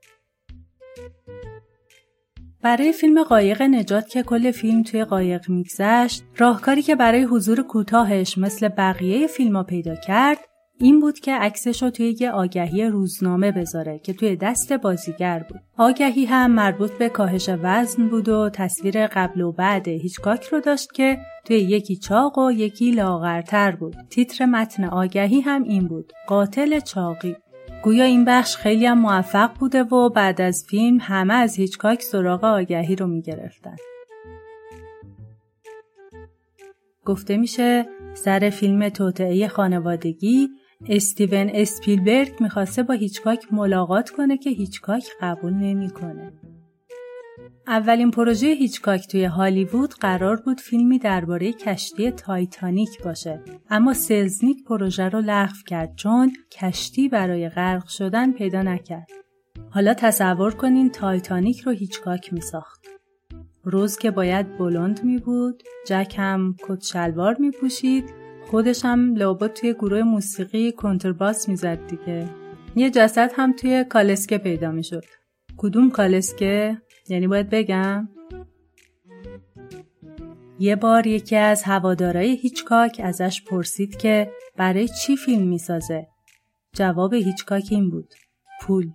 برای فیلم قایق نجات که کل فیلم توی قایق میگذشت، راهکاری که برای حضور کوتاهش مثل بقیه فیلم‌ها پیدا کرد این بود که عکسشو توی یه آگهی روزنامه بذاره که توی دست بازیگر بود. آگهی هم مربوط به کاهش وزن بود و تصویر قبل و بعد هیچکاک رو داشت که توی یکی چاق و یکی لاغرتر بود. تیتر متن آگهی هم این بود: قاتل چاقی. گویا این بخش خیلی هم موفق بوده و بعد از فیلم همه از هیچکاک سراغ آگهی رو میگرفتن. گفته میشه سر فیلم توطئه خانوادگی استیون اسپیلبرگ میخواسته با هیچکاک ملاقات کنه که هیچکاک قبول نمیکنه. اولین پروژه هیچکاک توی هالیوود قرار بود فیلمی درباره کشتی تایتانیک باشه، اما سلزنیک پروژه رو لغو کرد چون کشتی برای غرق شدن پیدا نکرد. حالا تصور کنین تایتانیک رو هیچکاک میساخت. روز که باید بلوند می بود، جک هم کت شلوار می پوشید، خودش هم لابد توی گروه موسیقی کنترباس می زد دیگه. یه جسد هم توی کالسکه پیدا می شد. کدوم کالسکه؟ یعنی باید بگم؟ یه بار یکی از هوادارای هیچکاک ازش پرسید که برای چی فیلم می سازه؟ جواب هیچکاک این بود: پول.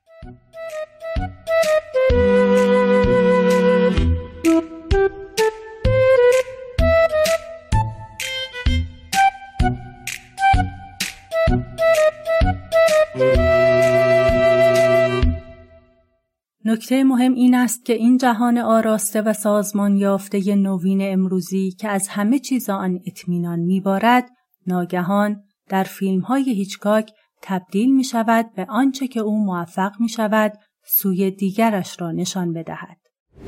نکته مهم این است که این جهان آراسته و سازمان یافته ی نوین امروزی که از همه چیز آن اطمینان می‌بارد، ناگهان در فیلم‌های هیچکاک تبدیل می‌شود به آنچه که او موفق می‌شود سوی دیگرش را نشان بدهد.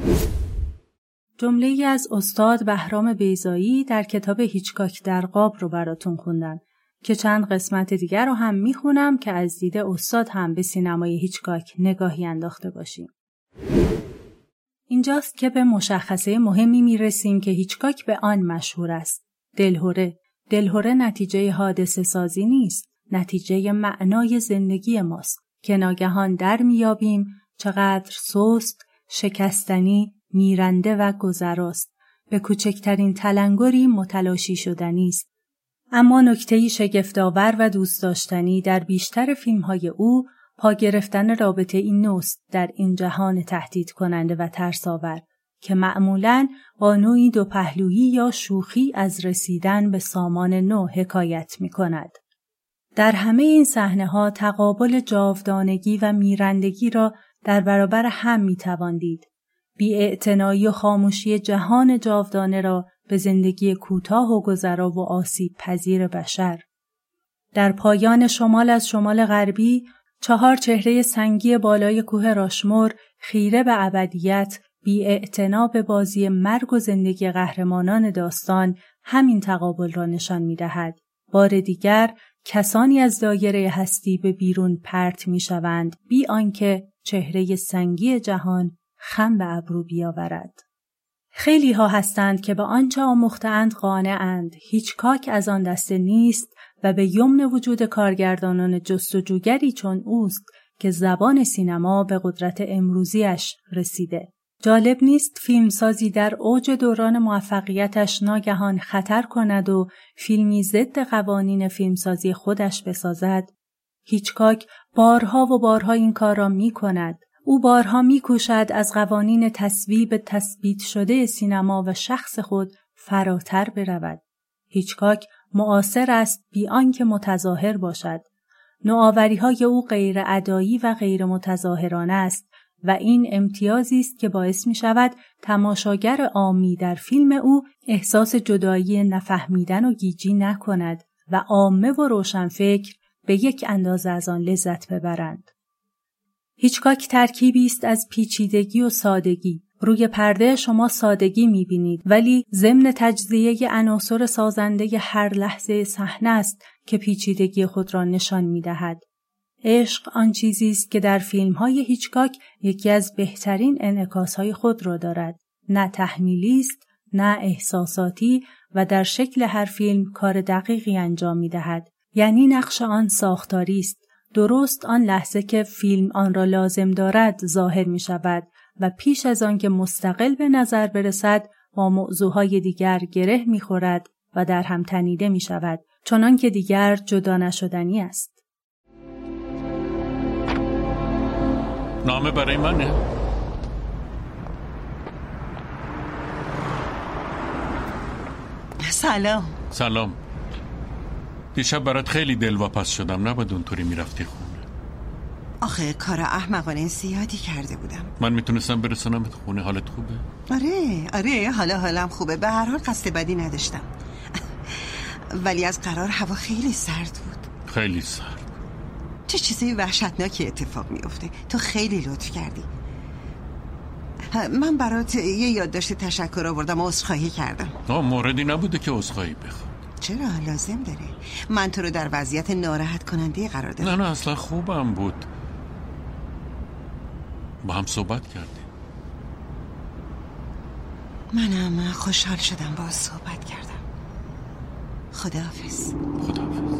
جمله‌ای از استاد بهرام بیضایی در کتاب هیچکاک در قاب رو براتون خوندم که چند قسمت دیگر رو هم میخونم که از دید استاد هم به سینمای هیچکاک نگاهی انداخته باشیم. اینجاست که به مشخصه مهمی میرسیم که هیچکاک به آن مشهور است: دلهره. دلهره نتیجه حادثه سازی نیست، نتیجه معنای زندگی ماست که ناگهان در میابیم چقدر سست، شکستنی، میرنده و گذراست، به کوچکترین تلنگری متلاشی شدنی است. اما نکته‌ای شگفت‌آور و دوست داشتنی در بیشتر فیلم‌های او پا گرفتن رابطه این نوست در این جهان تهدید کننده و ترس‌آور که معمولاً با نوعی دو پهلویی یا شوخی از رسیدن به سامان نو حکایت می‌کند. در همه این صحنه‌ها تقابل جاودانگی و میرندگی را در برابر هم می‌توان دید. بی‌اعتنایی و خاموشی جهان جاودانه را به زندگی کوتاه و گذرا و آسیب پذیر بشر. در پایان شمال از شمال غربی، چهار چهره سنگی بالای کوه راشمور خیره به ابدیت، بی‌اعتنا به بازی مرگ و زندگی قهرمانان داستان همین تقابل را نشان می‌دهد. بار دیگر کسانی از دایره هستی به بیرون پرت می‌شوند بی آنکه چهره سنگی جهان خم به ابرو بیاورد. خیلی ها هستند که به آنچه آموختند قانعند. هیچکاک از آن دسته نیست و به یمن وجود کارگردانان جستجوگری چون اوست که زبان سینما به قدرت امروزیش رسیده. جالب نیست فیلمسازی در اوج دوران موفقیتش ناگهان خطر کند و فیلمی ضد قوانین فیلمسازی خودش بسازد. هیچکاک بارها و بارها این کار را می کند. او بارها می کوشد از قوانین تصویب تثبیت شده سینما و شخص خود فراتر برود. هیچکاک معاصر است بی آنکه متظاهر باشد. نوآوری‌های او غیر ادایی و غیر متظاهرانه است و این امتیازی است که باعث می شود تماشاگر عامی در فیلم او احساس جدایی نفهمیدن و گیجی نکند و عامه و روشنفکر به یک اندازه از آن لذت ببرند. هیچکاک ترکیبی است از پیچیدگی و سادگی. روی پرده شما سادگی می‌بینید ولی ضمن تجزیه عناصر سازنده هر لحظه صحنه است که پیچیدگی خود را نشان می‌دهد. عشق آن چیزی است که در فیلم‌های هیچکاک یکی از بهترین انعکاس‌های خود را دارد. نه تحمیلی است، نه احساساتی و در شکل هر فیلم کار دقیقی انجام می‌دهد. یعنی نقش آن ساختاری است. درست آن لحظه که فیلم آن را لازم دارد ظاهر می شود و پیش از آن که مستقل به نظر برسد با موضوعهای دیگر گره می خورد و در هم تنیده می شود چنان که دیگر جدا نشدنی است. نامه برای منه؟ سلام. سلام. دیشب برات خیلی دلواپس شدم، نباید اونطوری میرفتی خونه. آخه کار احمقانه زیادی کرده بودم. من میتونستم برسونمت خونه. حالت خوبه؟ آره آره حالا حالم خوبه، به هر حال قصد بدی نداشتم. ولی از قرار هوا خیلی سرد بود. خیلی سرد. چه چیزی وحشتناکی اتفاق میفته. تو خیلی لطف کردی. من برات یه یادداشت تشکر آوردم و عذرخواهی کردم. آه موردی نبوده که عذرخواهی بخوام. چرا؟ لازم داره. من تو رو در وضعیت ناراحت کننده قرار دادم. نه نه اصلا خوبم بود. با هم صحبت کردیم. منم خوشحال شدم با صحبت کردم. خداحافظ. خداحافظ.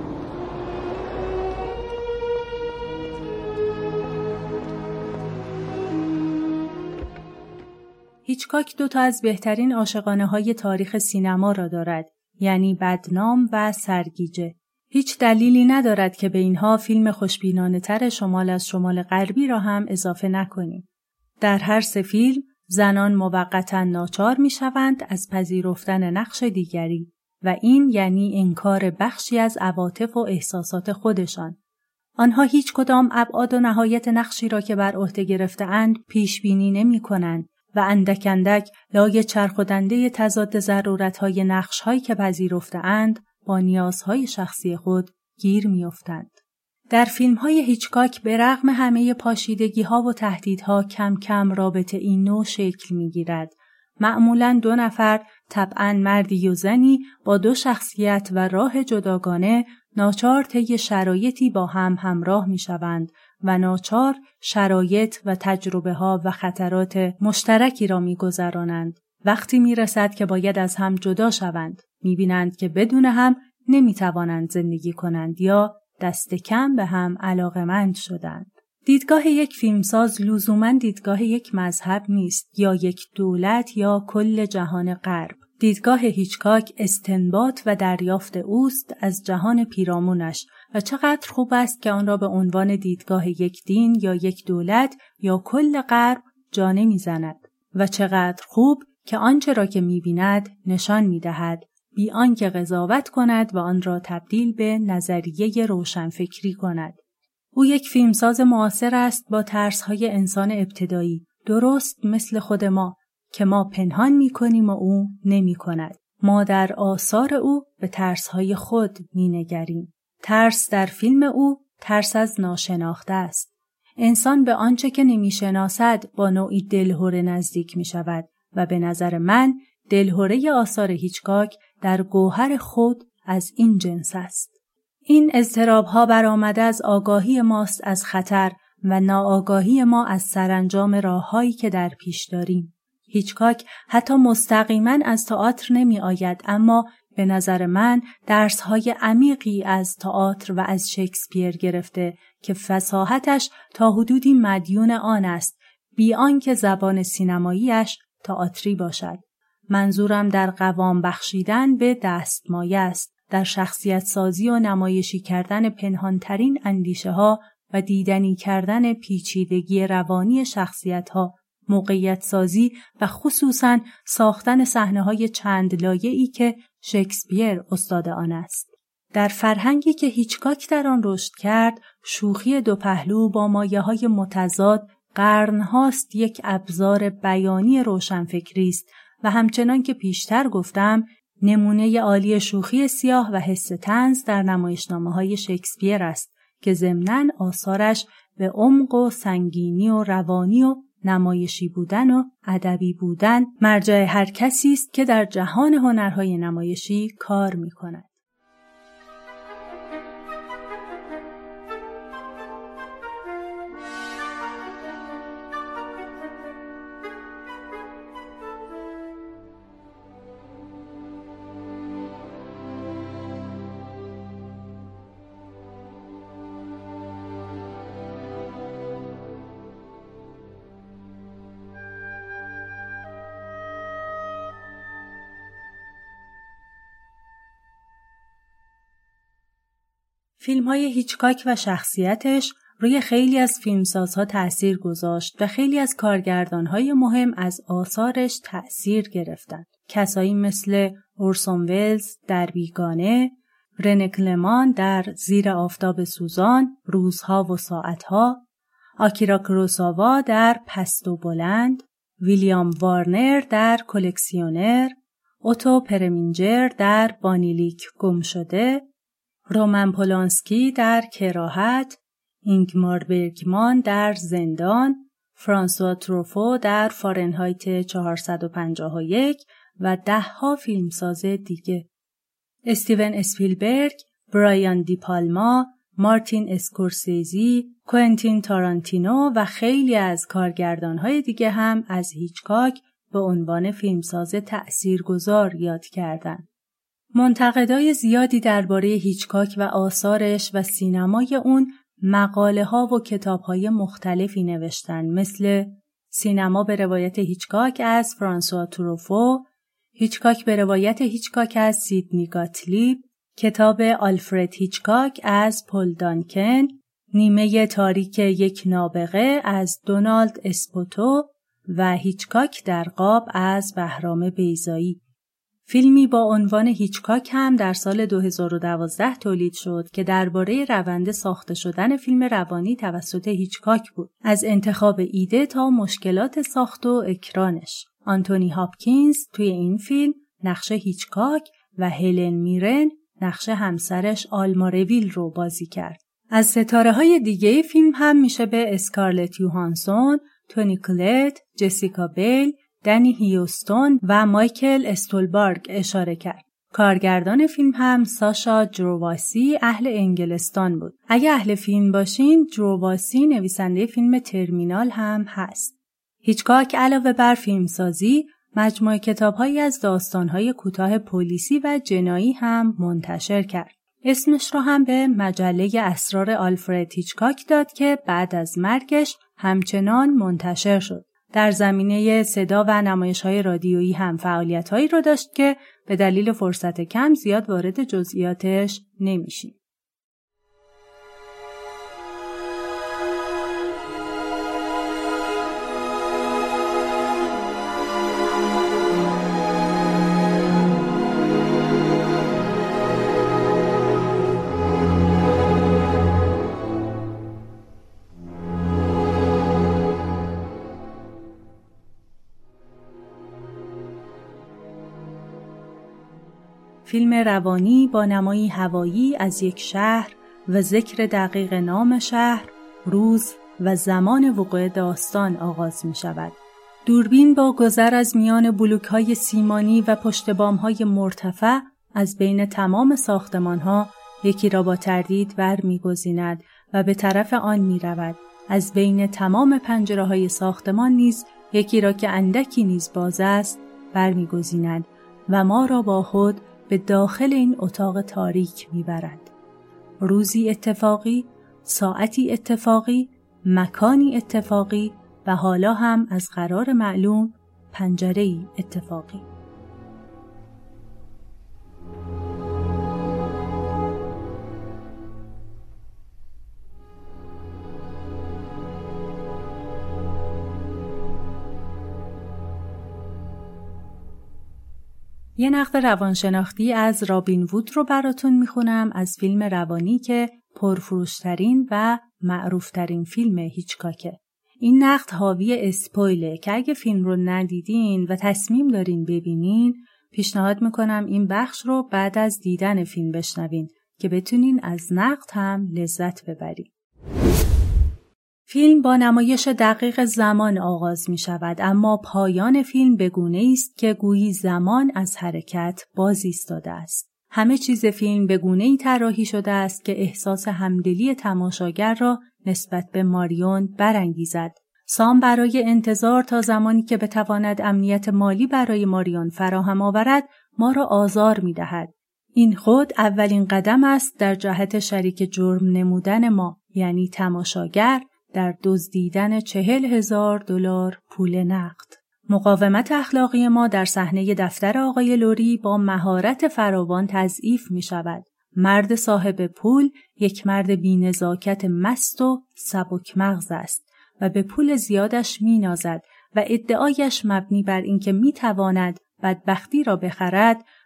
هیچکاک دو تا از بهترین عاشقانه‌های تاریخ سینما را دارد، یعنی بدنام و سرگیجه. هیچ دلیلی ندارد که به اینها فیلم خوشبینانه‌تر شمال از شمال غربی را هم اضافه نکنیم. در هر سه فیلم زنان موقتاً ناچار می‌شوند از پذیرفتن نقش دیگری و این یعنی انکار بخشی از عواطف و احساسات خودشان. آنها هیچ کدام ابعاد و نهایت نقشی را که بر عهده گرفته‌اند پیش بینی نمی‌کنند و اندک اندک لای چرخدنده تضاد ضرورت‌های نقش‌هایی که پذیرفته‌اند با نیازهای شخصی خود گیر می‌افتند. در فیلم‌های هیچکاک به رغم همه پاشیدگی‌ها و تهدیدها کم کم رابطه این نوع شکل می‌گیرد. معمولاً دو نفر، طبعاً مردی و زنی با دو شخصیت و راه جداگانه ناچار طی شرایطی با هم همراه می‌شوند و ناچار شرایط و تجربه‌ها و خطرات مشترکی را می‌گذرانند. وقتی می‌رسد که باید از هم جدا شوند، می‌بینند که بدون هم نمی‌توانند زندگی کنند یا دست کم به هم علاقمند شدند. دیدگاه یک فیلمساز لزوماً دیدگاه یک مذهب نیست یا یک دولت یا کل جهان غرب. دیدگاه هیچکاک استنباط و دریافت اوست از جهان پیرامونش و چقدر خوب است که آن را به عنوان دیدگاه یک دین یا یک دولت یا کل غرب جا نمی‌زند و چقدر خوب که آنچه را که می‌بیند نشان می‌دهد بی آنکه قضاوت کند و آن را تبدیل به نظریه روشنفکری کند. او یک فیلمساز معاصر است با ترس‌های انسان ابتدایی، درست مثل خود ما که ما پنهان می‌کنیم و او نمی‌کند. ما در آثار او به ترس‌های خود می‌نگریم. ترس در فیلم او ترس از ناشناخته است. انسان به آنچه که نمی‌شناسد با نوعی دلهره نزدیک می‌شود و به نظر من دلهره آثار هیچکاک در گوهر خود از این جنس است. این اضطراب‌ها برآمده از آگاهی ماست از خطر و ناآگاهی ما از سرانجام راه‌هایی که در پیش داریم. هیچکاک حتی مستقیما از تئاتر نمی آید، اما به نظر من درس‌های عمیقی از تئاتر و از شکسپیر گرفته که فصاحتش تا حدودی مدیون آن است، بی آنکه زبان سینماییش تئاتری باشد. منظورم در قوام بخشیدن به دستمایه است، در شخصیت سازی و نمایشی کردن پنهانترین اندیشه ها و دیدنی کردن پیچیدگی روانی شخصیت ها، موقعیت سازی و خصوصاً ساختن صحنه‌های چند لایه‌ای که شکسپیر استاد آن است. در فرهنگی که هیچکاک در آن رشد کرد، شوخی دو پهلو با مایه‌های متضاد قرن‌هاست یک ابزار بیانی روشنفکری است و همچنان که پیشتر گفتم، نمونه عالی شوخی سیاه و حس طنز در نمایشنامه‌های شکسپیر است که ضمناً آثارش به عمق و سنگینی و روانی و نمایشی بودن و ادبی بودن مرجع هر کسی است که در جهان هنرهای نمایشی کار می‌کند. فیلم‌های هیچکاک و شخصیتش روی خیلی از فیلمسازها تأثیر گذاشت و خیلی از کارگردان‌های مهم از آثارش تأثیر گرفتند. کسایی مثل اورسون ولز در بیگانه، رنه کلمان در زیر آفتاب سوزان، روزها و ساعتها، آکیرا کوروساوا در پست و بلند، ویلیام وارنر در کلکسیونر، اوتو پرمینجر در بانیلیک گم شده، رومن پولانسکی در کراهت، اینگمار برگمان در زندان، فرانسوا تروفو در فارنهایت چهارصد و پنجاه و یک و ده ها فیلمساز دیگه. استیون اسپیلبرگ، برایان دی پالما، مارتین اسکورسیزی، کوئنتین تارانتینو و خیلی از کارگردان‌های دیگه هم از هیچکاک به عنوان فیلمساز تأثیرگذار یاد کردند. منتقدای زیادی درباره هیچکاک و آثارش و سینمای اون مقاله ها و کتاب های مختلفی نوشتن، مثل سینما به روایت هیچکاک از فرانسوا تروفو، هیچکاک به روایت هیچکاک از سیدنی گاتلیب، کتاب آلفرد هیچکاک از پل دانکن، نیمه تاریک یک نابغه از دونالد اسپوتو و هیچکاک در قاب از بهرام بیضایی. فیلمی با عنوان هیچکاک هم در سال دو هزار و دوازده تولید شد که درباره روند ساخته شدن فیلم روانی توسط هیچکاک بود، از انتخاب ایده تا مشکلات ساخت و اکرانش. آنتونی هاپکینز توی این فیلم نقش هیچکاک و هلن میرن نقش همسرش آلما رویل رو بازی کرد. از ستاره‌های دیگه فیلم هم میشه به اسکارلت یوهانسون، تونی کلت، جسیکا بیل، دنی هیوستون و مایکل استولبارگ اشاره کرد. کارگردان فیلم هم ساشا جرواسی اهل انگلستان بود. اگه اهل فیلم باشین، جرواسی نویسنده فیلم ترمینال هم هست. هیچکاک علاوه بر فیلمسازی، مجموعه کتاب‌هایی از داستان‌های کوتاه پلیسی و جنایی هم منتشر کرد. اسمش رو هم به مجله اسرار آلفرد هیچکاک داد که بعد از مرگش همچنان منتشر شد. در زمینه صدا و نمایش‌های رادیویی هم فعالیت‌هایی رو داشت که به دلیل فرصت کم زیاد وارد جزئیاتش نمیشیم. فیلم روانی با نمایی هوایی از یک شهر و ذکر دقیق نام شهر، روز و زمان وقوع داستان آغاز می شود. دوربین با گذر از میان بلوک‌های سیمانی و پشت بام‌های مرتفع از بین تمام ساختمان‌ها یکی را با تردید بر می‌گزیند و به طرف آن می‌رود. از بین تمام پنجره‌های ساختمان نیز یکی را که اندکی نیز باز است بر می‌گزیند و ما را با خود به داخل این اتاق تاریک میبرد. روزی اتفاقی، ساعتی اتفاقی، مکانی اتفاقی و حالا هم از قرار معلوم پنجره‌ای اتفاقی. یه نقد روانشناختی از رابین وود رو براتون میخونم از فیلم روانی که پرفروشترین و معروفترین فیلم هیچکاکه. این نقد حاوی اسپویله که اگه فیلم رو ندیدین و تصمیم دارین ببینین، پیشنهاد میکنم این بخش رو بعد از دیدن فیلم بشنوین که بتونین از نقد هم لذت ببرین. فیلم با نمایش دقیق زمان آغاز می شود، اما پایان فیلم به گونه‌ای است که گویی زمان از حرکت باز ایستاده است. همه چیز فیلم به گونه‌ای طراحی شده است که احساس همدلی تماشاگر را نسبت به ماریون برانگیزد. سام برای انتظار تا زمانی که بتواند امنیت مالی برای ماریون فراهم آورد، ما را آزار می دهد. این خود اولین قدم است در جهت شریک جرم نمودن ما، یعنی تماشاگر، در دزدیدن چهل هزار دلار پول نقد. مقاومت اخلاقی ما در صحنه دفتر آقای لوری با مهارت فراوان تضعیف می شود. مرد صاحب پول یک مرد بی‌نزاکت مست و سبک مغز است و به پول زیادش می نازد و ادعایش مبنی بر اینکه می تواند بدبختی را بخرد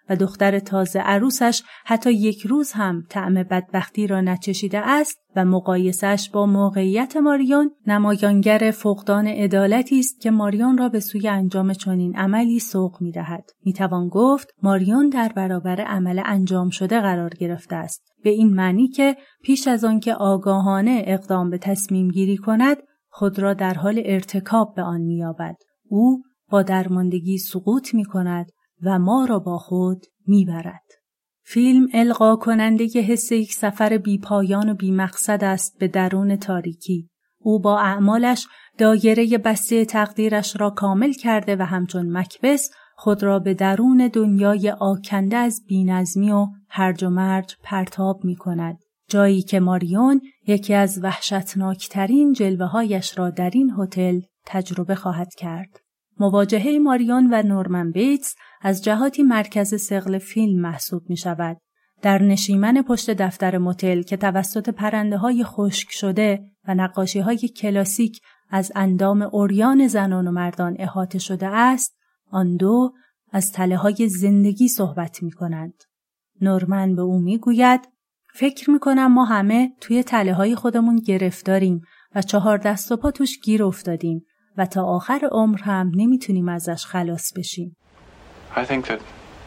و دختر تازه عروسش حتی یک روز هم طعم بدبختی را نچشیده است و مقایسه‌اش با موقعیت ماریون نمایانگر فقدان عدالتی است که ماریون را به سوی انجام چنین عملی سوق می‌دهد. می‌توان گفت ماریون در برابر عمل انجام شده قرار گرفته است، به این معنی که پیش از آنکه آگاهانه اقدام به تصمیم گیری کند خود را در حال ارتکاب به آن می‌یابد. او با درماندگی سقوط می‌کند و ما را با خود میبرد. فیلم القا کننده ی حس یک سفر بی پایان و بی مقصد است به درون تاریکی. او با اعمالش دایره بسته تقدیرش را کامل کرده و همچون مکبث خود را به درون دنیای آکنده از بی‌نظمی و هرج و مرج پرتاب می کند. جایی که ماریون یکی از وحشتناکترین جلوه‌هایش را در این هتل تجربه خواهد کرد. مواجهه ماریون و نورمن بیتس از جهاتی مرکز ثقل فیلم محسوب می شود. در نشیمن پشت دفتر متل که توسط پرنده‌های خشک شده و نقاشی‌های کلاسیک از اندام عریان زنان و مردان احاطه شده است، آن دو از تله‌های زندگی صحبت می کنند. نورمن به او می گوید فکر می کنم ما همه توی تله‌های خودمون گرفتاریم و چهار دست و پا توش گیر افتادیم و تا آخر عمر هم نمیتونیم ازش خلاص بشیم. I think that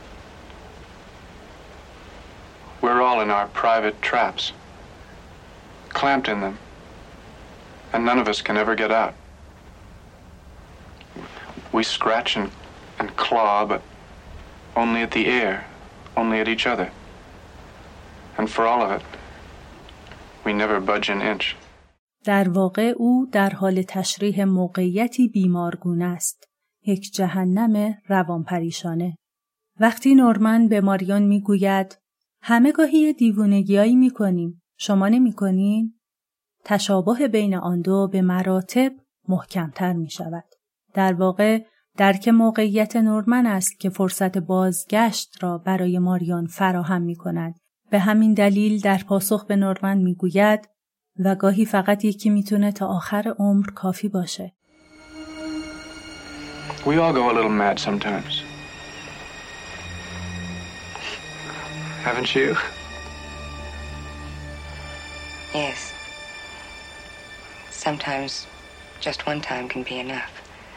we're all in our private traps, clamped in them, and none of us can ever get out. We scratch and, and claw, but only at the air, only at each other. And for all of it, we never budge an inch. در واقع او در حال تشریح موقعیتی بیمارگونه است. یک جهنم روانپریشانه. وقتی نورمن به ماریون میگوید همه گاهی دیوونگیایی میکنیم، شما نمیکنین؟ تشابه بین آن دو به مراتب محکمتر میشود. در واقع درک موقعیت نورمن است که فرصت بازگشت را برای ماریون فراهم میکند. به همین دلیل در پاسخ به نورمن میگوید و گاهی فقط یکی میتونه تا آخر عمر کافی باشه. We all go a little mad sometimes. Haven't you? Yes. Sometimes just one time can be enough.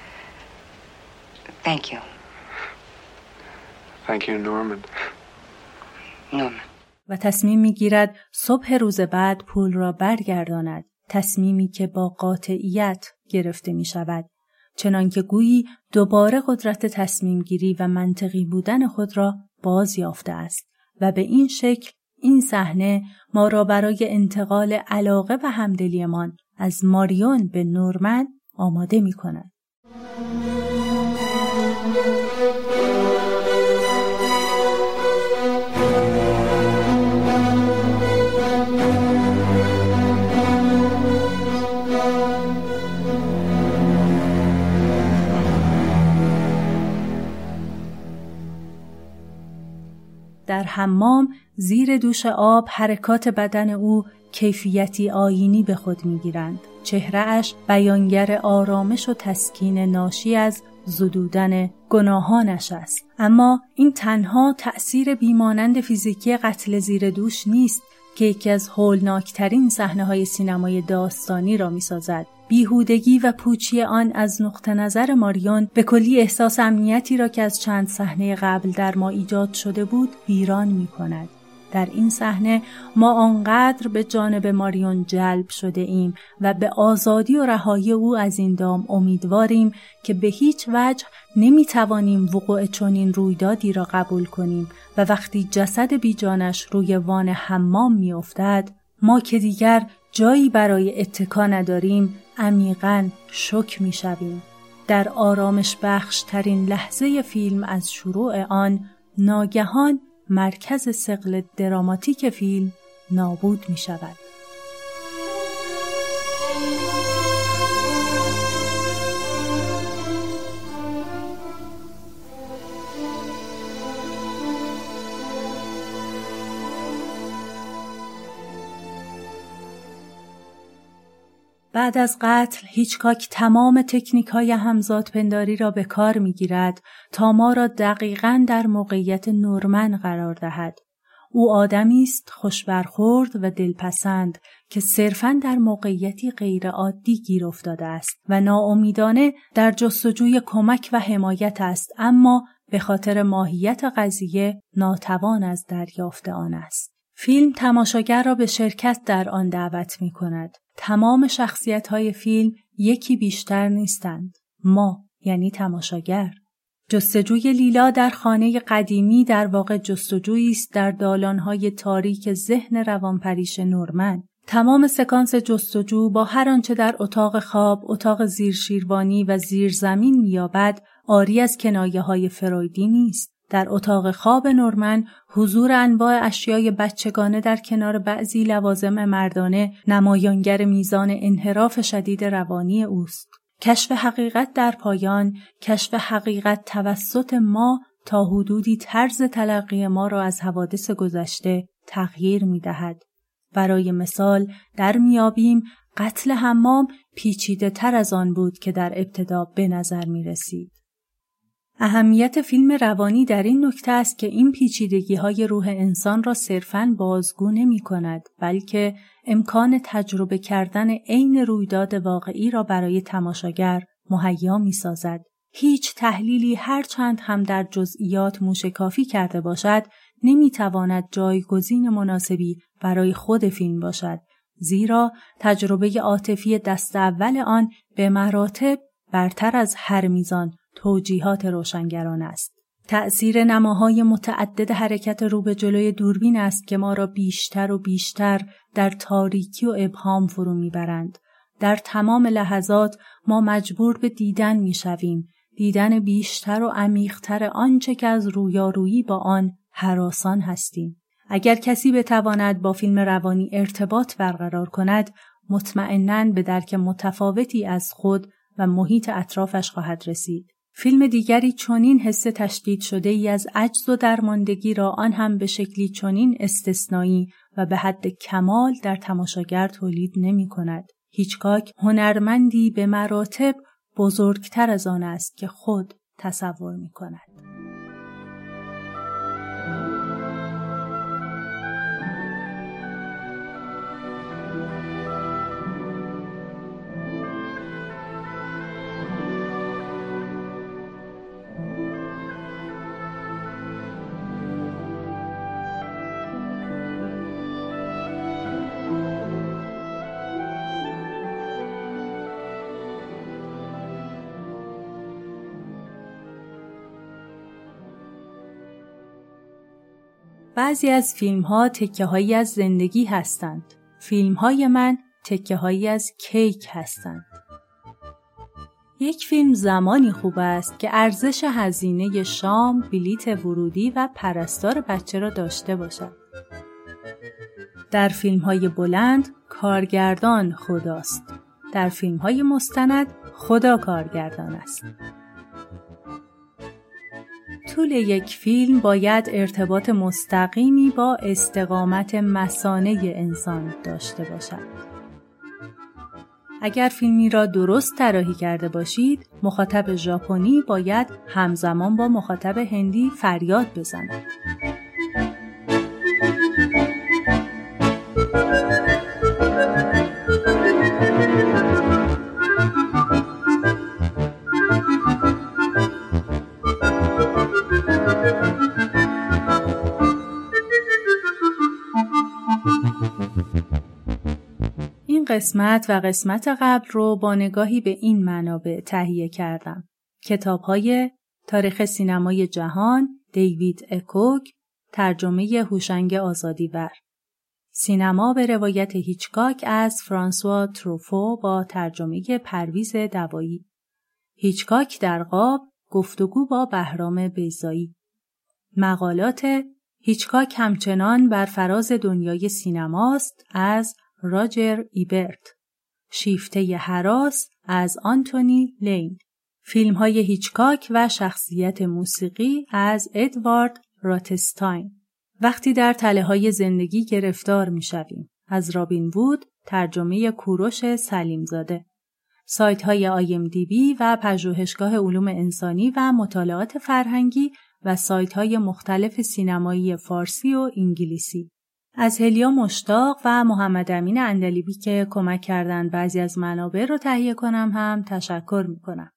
Thank you. Thank you, Norman. Norman. و تصمیم میگیرد صبح روز بعد پول را برگرداند. تصمیمی که با قاطعیت گرفته می شود. چنانکه گویی دوباره قدرت تصمیم گیری و منطقی بودن خود را باز یافته است و به این شکل این صحنه ما را برای انتقال علاقه و همدلیمان از ماریون به نورمن آماده می کند. در حمام زیر دوش آب حرکات بدن او کیفیتی آیینی به خود می‌گیرند. چهره‌اش بیانگر آرامش و تسکین ناشی از زدودن گناهانش است. اما این تنها تأثیر بیمانند فیزیکی قتل زیر دوش نیست که یکی از هولناکترین صحنه‌های سینمای داستانی را می‌سازد. بیهودگی و پوچی آن از نقطه نظر ماریون به کلی احساس امنیتی را که از چند صحنه قبل در ما ایجاد شده بود ویران می‌کند. در این صحنه ما آنقدر به جانب ماریون جلب شده ایم و به آزادی و رهایی او از این دام امیدواریم که به هیچ وجه نمی‌توانیم وقوع چنین رویدادی را قبول کنیم و وقتی جسد بیجانش روی وان حمام می‌افتد ما که دیگر جایی برای اتکا نداریم عمیقاً شوک می‌شویم. در آرامش بخش ترین لحظه فیلم از شروع آن ناگهان مرکز ثقل دراماتیک فیلم نابود می شود. بعد از قتل هیچکاک تمام تکنیک‌های همزادپنداری را به کار می‌گیرد تا ما را دقیقاً در موقعیت نورمن قرار دهد. او آدمی است خوشبرخورد و دلپسند که صرفاً در موقعیتی غیرعادی گیر افتاده است و ناامیدانه در جستجوی کمک و حمایت است، اما به خاطر ماهیت قضیه ناتوان از دریافت آن است. فیلم تماشاگر را به شرکت در آن دعوت می کند. تمام شخصیت‌های فیلم یکی بیشتر نیستند. ما یعنی تماشاگر. جستجوی لیلا در خانه قدیمی در واقع جستجویی است در دالان‌های تاریک ذهن روانپریش نورمن. تمام سکانس جستجو با هر آنچه در اتاق خواب، اتاق زیرشیروانی و زیرزمین می‌یابد، عاری از کنایه‌های فرویدی نیست. در اتاق خواب نورمن حضور انواع اشیای بچگانه در کنار بعضی لوازم مردانه نمایانگر میزان انحراف شدید روانی اوست. کشف حقیقت در پایان، کشف حقیقت توسط ما تا حدودی طرز تلقی ما را از حوادث گذشته تغییر می‌دهد. برای مثال در میابیم قتل حمام پیچیده تر از آن بود که در ابتدا به نظر می رسید. اهمیت فیلم روانی در این نکته است که این پیچیدگی های روح انسان را صرفاً بازگو نمی کند، بلکه امکان تجربه کردن عین رویداد واقعی را برای تماشاگر مهیا می سازد. هیچ تحلیلی هرچند هم در جزئیات موشکافی کرده باشد، نمی تواند جایگزین مناسبی برای خود فیلم باشد، زیرا تجربه عاطفی دست اول آن به مراتب برتر از هر میزان توجیهات روشنگران است. تأثیر نماهای متعدد حرکت رو به جلوی دوربین است که ما را بیشتر و بیشتر در تاریکی و ابهام فرو میبرند. در تمام لحظات ما مجبور به دیدن میشویم، دیدن بیشتر و عمیق‌تر آنچه که از رویارویی با آن هراسان هستیم. اگر کسی بتواند با فیلم روانی ارتباط برقرار کند، مطمئناً به درک متفاوتی از خود و محیط اطرافش خواهد رسید. فیلم دیگری چنین حس تشدید شده ای از عجز و درماندگی را آن هم به شکلی چنین استثنایی و به حد کمال در تماشاگر تولید نمی کند. هیچکاک هنرمندی به مراتب بزرگتر از آن است که خود تصور می کند. بعضی از فیلم‌ها تکه‌هایی از زندگی هستند. فیلم‌های من تکه‌هایی از کیک هستند. یک فیلم زمانی خوب است که ارزش هزینه شام، بلیت ورودی و پرستار بچه را داشته باشد. در فیلم‌های بلند کارگردان خداست. در فیلم‌های مستند خدا کارگردان است. طول یک فیلم باید ارتباط مستقیمی با استقامت مثانه انسان داشته باشد. اگر فیلمی را درست طراحی کرده باشید، مخاطب ژاپنی باید همزمان با مخاطب هندی فریاد بزند. قسمت و قسمت قبل رو با نگاهی به این منابع تهیه کردم. کتاب‌های تاریخ سینمای جهان، دیوید اکوگ، ترجمه هوشنگ آزادیور. سینما به روایت هیچکاک از فرانسوا تروفو با ترجمه پرویز دوایی. هیچکاک در قاب، گفتگو با بهرام بیضایی. مقالات هیچکاک همچنان بر فراز دنیای سینماست از راجر ایبرت. شیفته هراس از آنتونی لین. فیلم‌های هیچکاک و شخصیت موسیقی از ادوارد راتستاین. وقتی در تله‌های زندگی گرفتار می‌شویم. از رابین وود، ترجمه کوروش سلیمزاده. سایت های آی ام دی بی و پژوهشگاه علوم انسانی و مطالعات فرهنگی و سایت های مختلف سینمایی فارسی و انگلیسی. از هلیا مشتاق و محمد امین اندلیبی که کمک کردن بعضی از منابع رو تهیه کنم هم تشکر میکنم.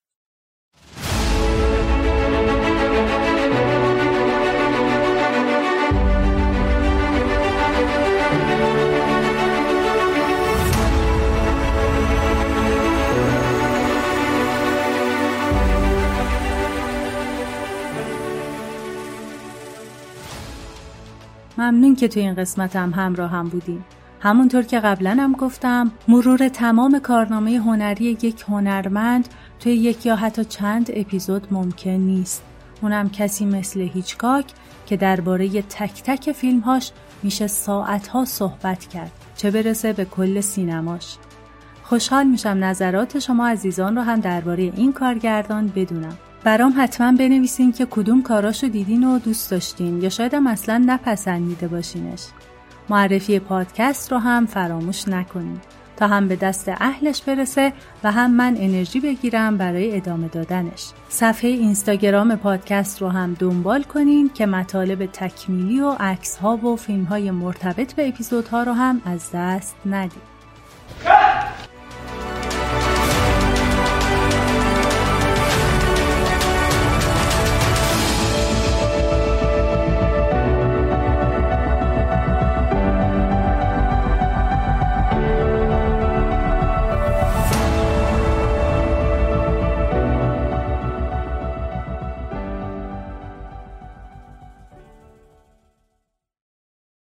ممنون که تو این قسمت هم همراه هم بودیم. همونطور که قبلا هم گفتم، مرور تمام کارنامه هنری یک هنرمند توی یک یا حتی چند اپیزود ممکن نیست. اونم کسی مثل هیچکاک که درباره تک تک فیلمهاش میشه ساعتها صحبت کرد، چه برسه به کل سینماش. خوشحال میشم نظرات شما عزیزان رو هم درباره این کارگردان بدونم. برام حتما بنویسین که کدوم کاراشو دیدین و دوست داشتین یا شاید هم اصلا نپسندیده باشینش. معرفی پادکست رو هم فراموش نکنین تا هم به دست اهلش برسه و هم من انرژی بگیرم برای ادامه دادنش. صفحه اینستاگرام پادکست رو هم دنبال کنین که مطالب تکمیلی و عکس‌ها و فیلم‌های مرتبط به اپیزودها رو هم از دست ندید.